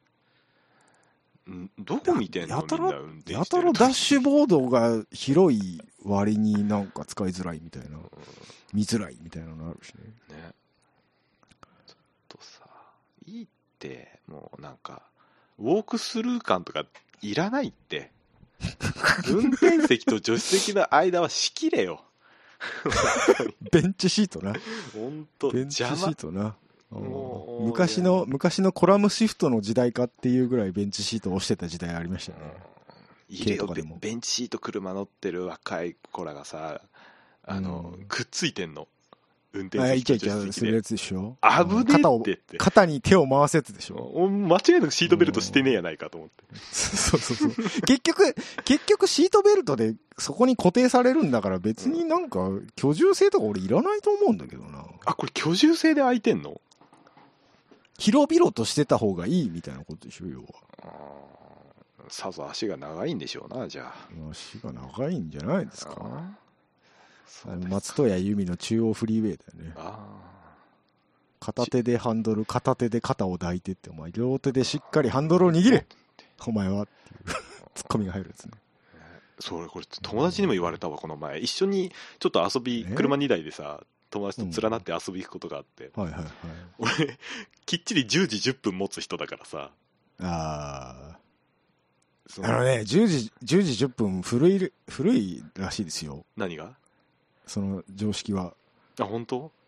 んどこ見てんの？ やたらみんな運転してる。 やたらダッシュボードが広い割になんか使いづらいみたいな、うん、見づらいみたいなのあるしね。 ね。ちょっとさ、いいってもうなんかウォークスルー感とかいらないって。運転席と助手席の間は仕切れよ。 ベンチシートな。 本当。 ベンチシートな。昔の昔のコラムシフトの時代かっていうぐらいベンチシートを押してた時代ありましたよね。 いるよ、ベンチシート車乗ってる若い子らがさ、あの、うん、くっついてんの。運転席と助手席で。あ、イチャイチャするやつでしょ。危ねえってって。 肩に手を回すやつでしょ。 間違いなくシートベルトしてねえやないかと思って。 そうそうそう。結局、結局シートベルトでそこに固定されるんだから別になんか居住性とか俺いらないと思うんだけどな。 あ、これ居住性で開いてんの？ 広々としてた方がいいみたいなことでしょ、要は。 さぞ足が長いんでしょうな、じゃあ。 足が長いんじゃないですか。あの松任谷由実の中央フリーウェイだよね。あ、片手でハンドル、片手で肩を抱いてって、お前両手でしっかりハンドルを握れお前はっていうツッコミが入るやつね。 それこれ友達にも言われたわ、この前。一緒にちょっと遊び、車にだいでさ、友達と連なって遊び行くことがあって、 うん、はいはいはい、 俺きっちりじゅうじじゅっぷん持つ人だからさ。 ああのね、じゅうじじゅうじじゅっぷん古い古いらしいですよ。 何が？ その常識は。 あ、本当？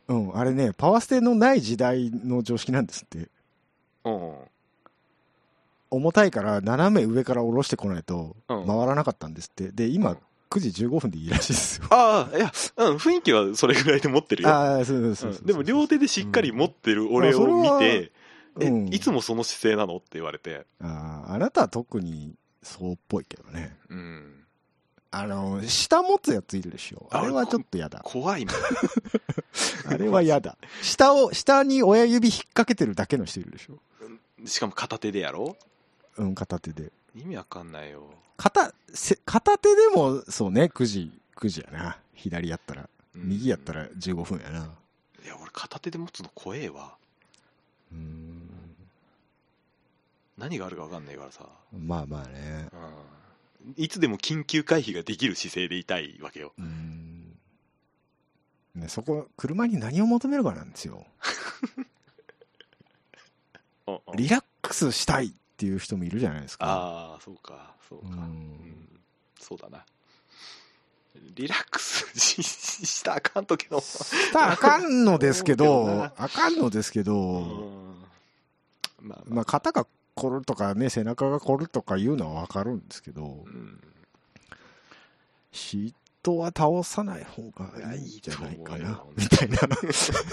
うん、あれね、パワーステのない時代の常識なんですって。 うん。 重たいから斜め上から下ろしてこないとうん回らなかったんですって。で、今、 うんくじじゅうごふんでいいらしいですよ。 ああ、いや、うん、雰囲気はそれぐらいで持ってるよ。 ああ、そうそうそうそう、 うん、でも両手でしっかり持ってる俺を見て、うん、え、いつもその姿勢なのって言われて。 ああ、あなたは特にそうっぽいけどね。 うん。 あの、下持つやついるでしょ。あれはちょっと嫌だ。 怖いもん。 あれは嫌だ。下を、下に親指引っ掛けてるだけの人いるでしょ。 しかも片手でやろ？ うん、片手で。 意味わかんないよ。 片、せ片手でも、そうね、くじ、くじやな。左やったら。右やったらじゅうごふんやな。 いや、俺片手で持つの怖えわ。 うーん。 何があるかわかんないからさ。 まあまあね。 うん。いつでも緊急回避ができる姿勢でいたいわけよ。 うーん。ね、そこ、車に何を求めるかなんですよ。リラックスしたいっていう人もいるじゃないですか。 ああ、そうか、そうか。うん、うん、そうだな。リラックスししたらあかんとけど。 したらあかんのですけど、あかんのですけど、うん、まあ、まあ、まあ、肩が凝るとかね、背中が凝るとかいうのはわかるんですけど、うん、シートは倒さない方がいいんじゃないかな、みたいな。とか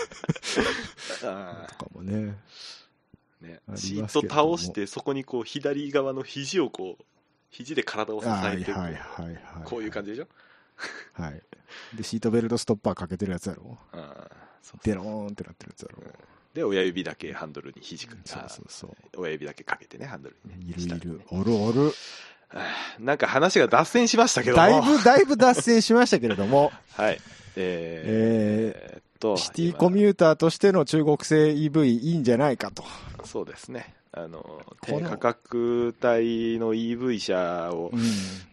もね。 ね、シート倒してそこにこう左側の肘をこう肘で体を支えてこういう感じでしょ。 はい。でシートベルトストッパーかけてるやつやろ。あそうそうデローンってなってるやつやろ。うん、 で親指だけハンドルに肘くそうそうそう親指だけかけてねハンドルに、ね、 いるいるおるおる。 なんか話が脱線しましたけどもだいぶだいぶ脱線しましたけれどもはいえー、えーシティコミューターとしての中国製 イーブイ いいんじゃないかと。 そうですね。あの低価格帯の イーブイ 車を、うん、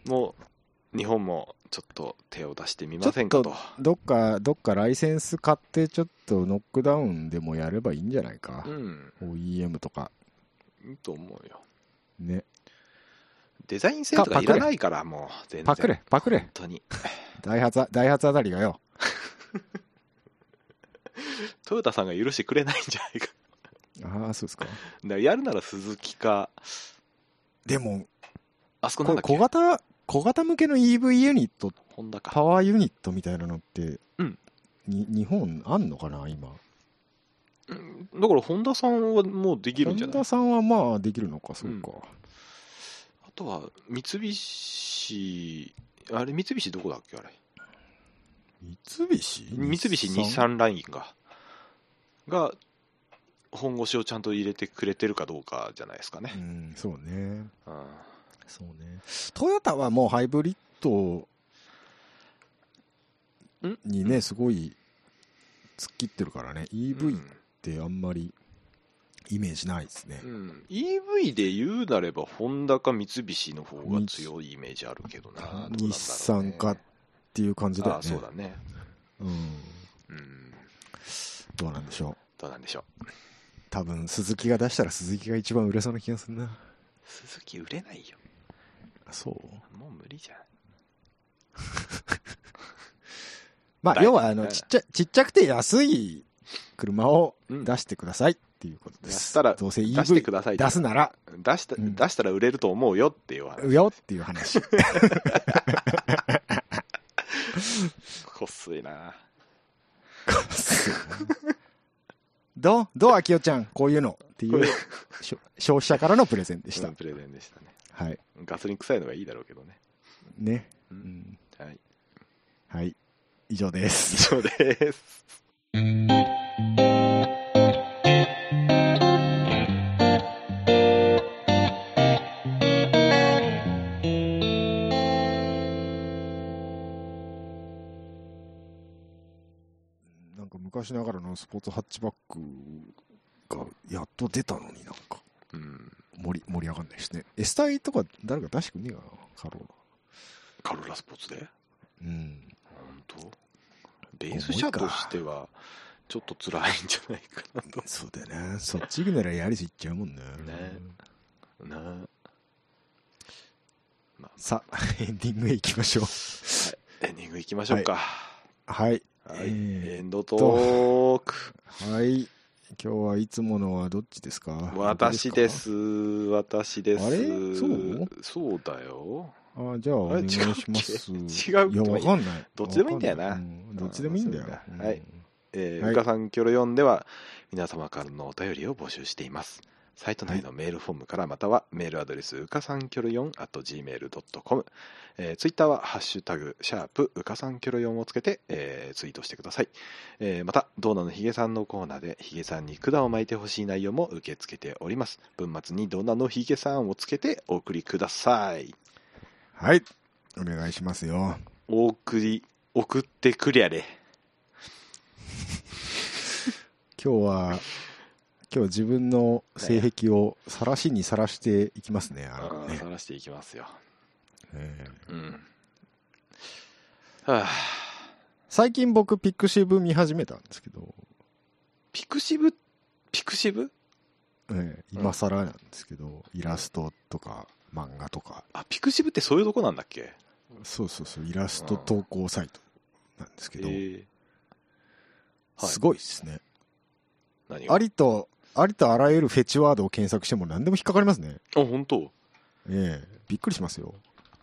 もう日本もちょっと手を出してみませんかと。 どっかどっかライセンス買ってちょっとノックダウンでもやればいいんじゃないか。うん、オーイーエム とか。 いいと思うよ。 ね。 デザイン性とかいらないからもう全然。 パクれパクれ。 本当に。 ダイハツダイハツあたりがよ。 トヨタさんが許してくれないんじゃないか。 ああ、そうですか。 だからやるなら鈴木か。 でも、 あそこなんだっけ、 小型、小型向けの イーブイ ユニット、 ホンダか。 パワーユニットみたいなのって、 うん、 に日本あんのかな、今。 うん、だから、ホンダさんはもうできるんじゃない？ ホンダさんはまあできるのか、そうか。うん、 あとは、三菱、あれ、三菱どこだっけ、あれ。 三菱三菱日産ラインがが本腰をちゃんと入れてくれてるかどうかじゃないですかね。 うん、そうね。 あそうね。トヨタはもうハイブリッドにね、すごい突っ切ってるからね。イーブイ ってあんまりイメージないですね。 うん、イーブイ で言うなればホンダか三菱の方が強いイメージあるけどな。 日産かっていう感じだよね。 あ、そうだね。 うん。うん。どうなんでしょう。 どうなんでしょう。 多分鈴木が出したら鈴木が一番売れそうな気がするな。 鈴木売れないよ。 あ、そう？ もう無理じゃん。 まあ要はあのちっちゃちっちゃくて安い車を出してくださいっていうことです。 出したらどうせ イーブイ出してください。 出すなら出した、うん、出したら売れると思うよっていう話。 よっていう話。 こっすいな。 こっすいな。どうどう秋代ちゃんこういうのっていう消費者からのプレゼンでした。 うん、プレゼンでしたね。 はい。 ガソリン臭いのがいいだろうけどね。 ね。 うん。はい。 はい。以上です。 以上です。 なんか昔ながらのスポーツハッチバックがやっと出たのになんか、うん、盛り盛り上がんないしね。エスタイとか誰か出してくんねえかな、カローラ。 カローラスポーツで？うん。本当？ベース車としてはちょっと辛いんじゃないかなと。 そうだよね。そっち行くならヤリス行っちゃうもんね。 ね。なあ。 まあ、さあエンディングへ行きましょう。 はい、エンディング行きましょうか。 はい。はい、 はい、 えーエンドトーク。 はい。今日はいつものはどっちですか？ 私です。私です。 あれそうそうだよ。 あ、じゃあお願いします。 違うっけ？ いや、 違うわかんない。 どっちでもいいんだよな。 わかんないうん、どっちでもいいんだよ。 うんはい。えーはいうかさんキョロよんでは皆様からのお便りを募集しています。サイト内のメールフォームから、またはメールアドレスうかさんキョロよん アットジーメールドットコム、えー、ツイッターはハッシュタグシャープうかさんキョロよんをつけて、えーツイートしてください。えーまたドーナのヒゲさんのコーナーでヒゲさんに管を巻いてほしい内容も受け付けております。文末にドーナのヒゲさんをつけてお送りください。 はい。お願いしますよ。 お送り送ってくりゃれ。 今日は、今日は自分の性癖を晒しに晒していきますね。あのねさらしていきますよ。 えーうん。はあ、 最近僕ピクシブ見始めたんですけど、 ピクシブピクシブえー今更なんですけど、イラストとか漫画とか、 あ、ピクシブってそういうとこなんだっけ？ そうそうそう、イラスト投稿サイトなんですけど、 えーはいすごいですね。 何が？ ありと、ありとあらゆるフェチワードを検索しても何でも引っかかりますね。 あ、本当？ ええびっくりしますよ。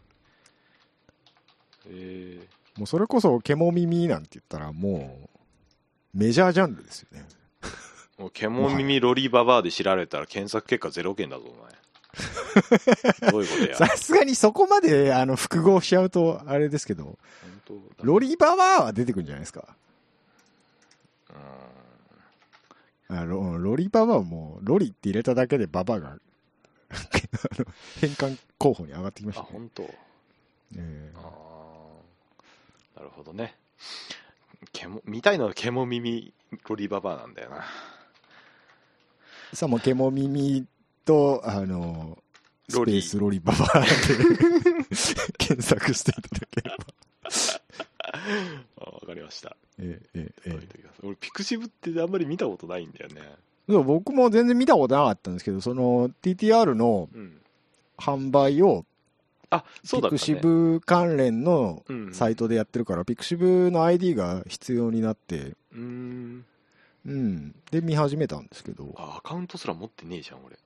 えーもうそれこそケモ耳なんて言ったらもうメジャージャンルですよね。 もうケモ耳ロリババアで知られたら検索結果ゼロ件だぞお前。どういうことや？ さすがにそこまであの複合しちゃうとあれですけど、 本当だ。 ロリババアは出てくるんじゃないですか。 うあロロリババアはもうロリって入れただけでババアがあの変換候補に上がってきまん。あ、 したね。 本当。 ええあーなるほどね。ケモ見たいのはケモ耳ロリババアなんだよな。 さあもうケモ耳とあのスロリペースロリババアで検索していただければ。 あ、わかりました。 ええええええ書いてください。俺ピクシブってあんまり見たことないんだよね。 そう僕も全然見たことなかったんですけど、その ティーティーアール のうん。 販売をあ、そうだったね。 ピクシブ関連のうんサイトでやってるから、ピクシブの アイディー が必要になって、 うーん。 うん。で、見始めたんですけど、 あ、アカウントすら持ってねえじゃん俺。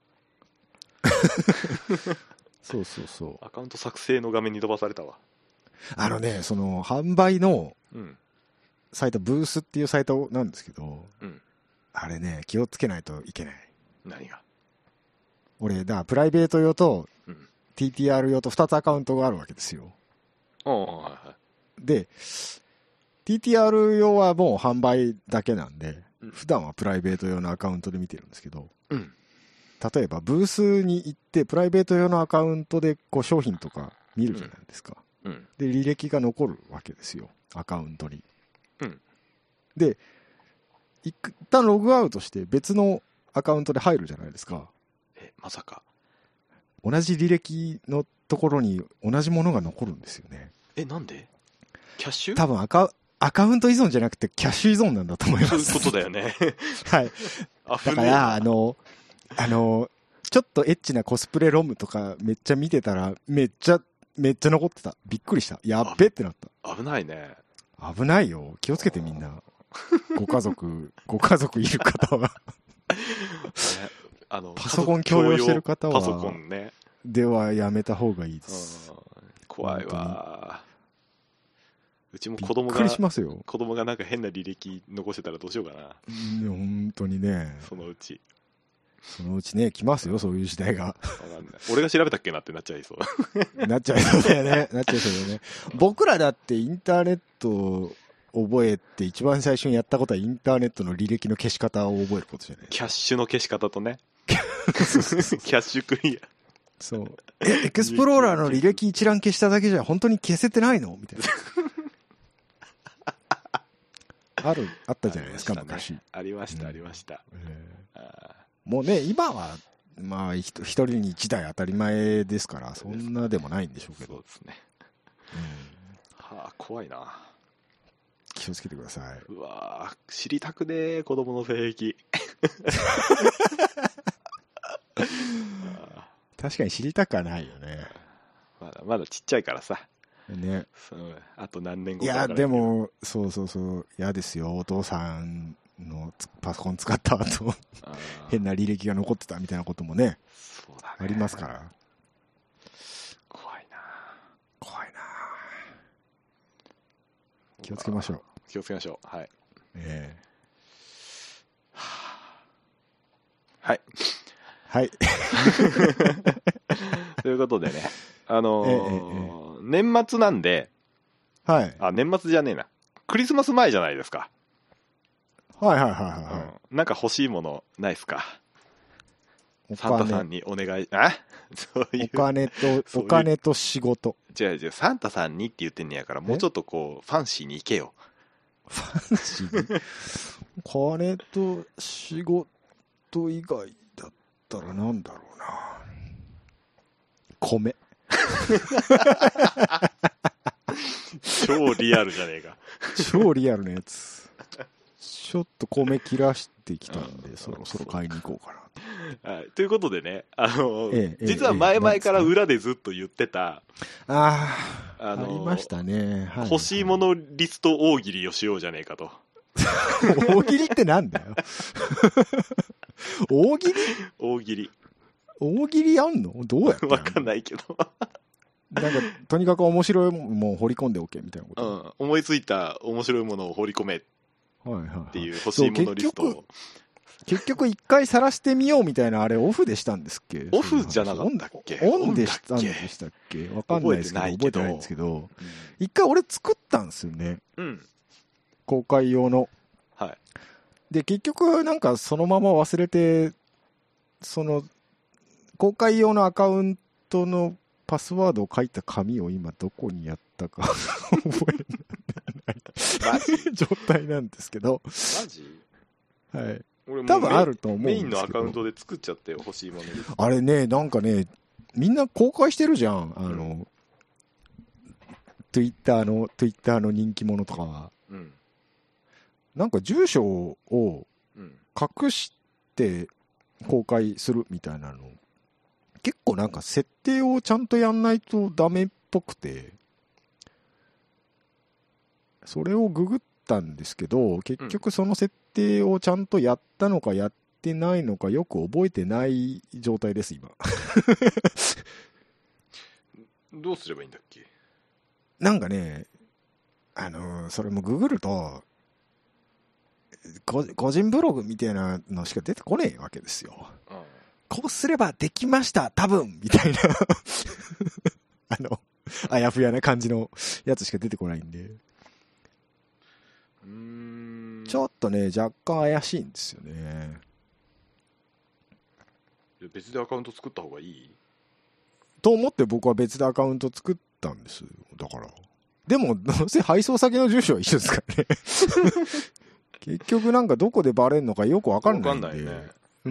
そうそうそう。 アカウント作成の画面に飛ばされたわ。 あのね、その販売のうん。 サイト、ブースっていうサイトなんですけど、 うん。 あれね、気をつけないといけない。 何が？ 俺、だからプライベート用とうん。 ティーティーアール 用とふたつアカウントがあるわけですよ。 ああ、はいはい。 で、ティーティーアール 用はもう販売だけなんで、 うん普段はプライベート用のアカウントで見てるんですけど、 うん。 例えばブースに行ってプライベート用のアカウントでこう商品とか見るじゃないですか。 うん。 で、履歴が残るわけですよ。アカウントに。 うん。 で、一旦ログアウトして別のアカウントで入るじゃないですか。 え、まさか。 同じ履歴のところに同じものが残るんですよね。 え、なんで？キャッシュ？ 多分アカ、アカウント依存じゃなくてキャッシュ依存なんだと思います。 そういうことだよね。 はい。 あ、 だから、あの、あの、ちょっとエッチなコスプレロムとかめっちゃ見てたら、めっちゃ、めっちゃ残ってた。びっくりした。やっべってなっ危ないね。 た。危ないよ。気をつけてみんな。ご家族、ご家族いる方は。 あのパソコン共用してる方はパソコンね。 ではやめた方がいいです。 怖いわ。うちも子供びっくりがしますよ。 子供がなんか変な履歴残してたらどうしようかな。 うん本当にね。 そのうち。 そのうちね、来ますよ、そういう時代が。 わかんない。俺が調べたっけなってなっちゃいそう。 なっちゃいそうだよね。なっちゃいそうだよね。僕らだってインターネットを覚えて一番最初にやったことはインターネットの履歴の消し方を覚えることじゃない。 キャッシュの消し方とね。キャッシュクリア。 そう。え、エクスプローラーの履歴一覧消しただけじゃ本当に消せてないのみたいな。ある、あったじゃないですか、昔。 ありました、 うんありました。 えーあもうね、今は、まあ、ひと一人に一台当たり前ですから、そんなでもないんでしょうけどーそう。ですね。 うんはあ、怖いな。 気をつけてください。 うわー知りたくねえ、子供の性癖。 確かに知りたくはないよね。 まだまだちっちゃいからさ。 ね。 そうあと何年後いや、 かわからんけどでも、そうそうそう、嫌ですよ。お父さんのつパソコン使った後、 あー変な履歴が残ってたみたいなこともね、 そうだねありますから。 怖いな。 怖いな。気をつけましょう。 気をつけましょう。はい。 ええはい。 はい。 ということでね、あのーええええ年末なんで、 はい。 あ、年末じゃねえな。クリスマス前じゃないですか。 はいはいはいはいはい。 うん、なんか欲しいものないっすか。 おサンタさ金んにお願い、あそういう。 お金と、 そういうお金と仕事。 違う違う、サンタさんにって言ってんねやから、もうちょっとこう、ファンシーに行けよ。 ファンシー金と仕事以外だったらなんだろうな。米。 超リアルじゃねえか。 超リアルなやつ。ちょっと米切らしてきたんで、 うんそろそろ買いに行こうかな。 はい、ということでね、あの、 ええ実は前々からええ裏でずっと言ってた、 ああ、 あのありましたね。はい欲しいものリスト大喜利をしようじゃねえかと。 大喜利ってなんだよ。大喜利大喜利。 大喜利やんのどうやってやんのわかんないけど。 なんか、とにかく面白いもんを掘り込んでおけみたいなこうと。 ん。思いついた面白いものを掘り込めっはいはい、はい。 ていう欲しいものリストを。 結局一回晒してみようみたいなあれオフでしたんですっけ？ オフじゃなかったっけ？ オンオンでしたんでしたっけ？わかんないですけど、覚えてないんですけど、一回俺作ったんですよね。 うん。 公開用の。 はい。 で、結局なんかそのまま忘れて、その、公開用のアカウントのパスワードを書いた紙を今どこにやったか覚えマジない状態なんですけど、 マジはい。 俺もう多分あると思うんですけどメインのアカウントで作っちゃってよ、欲しいものリスト。 あれね、なんかね、みんな公開してるじゃん。あの、ツイッターの、ツイッターの人気者とかは。 うん。 なんか住所をうん。 隠して公開するみたいなの。結構なんか設定をちゃんとやんないとダメっぽくて。それをググったんですけど、結局その設定をちゃんとやったのかやってないのかよく覚えてない状態です、今。 どうすればいいんだっけ？ なんかね、あのーそれもググると、こ個人ブログみたいなのしか出てこねえわけですよ。 うん。 こうすればできました多分みたいなあの、あやふやな感じのやつしか出てこないんで、 うーん。 ちょっとね、若干怪しいんですよね。 別でアカウント作った方がいい？ と思って僕は別でアカウント作ったんですよ。だから。でも、どうせ配送先の住所は一緒ですからね。結局なんかどこでバレんのかよくわかんないんで。 わかんないね。 うん。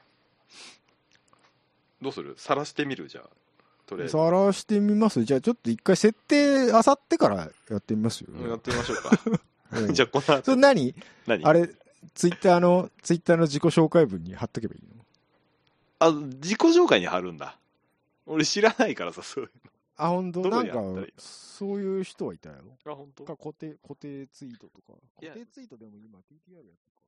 どうする？晒してみる？じゃあとりあえず晒してみます。じゃあちょっと一回設定あさってからやってみますよ。 やってみましょうか。 うんじゃあこの後それ何何あれ、ツイッターの、ツイッターの自己紹介文に貼っとけばいいの？ あ、自己紹介に貼るんだ。俺知らないからさ、そういうあ、ほんとどこなんかに貼ったらいい、 そういう人はいたよ。 の。あ、本当？ か固定、固定ツイートとか。 いや固定ツイートでも今 ティーティーアール やってる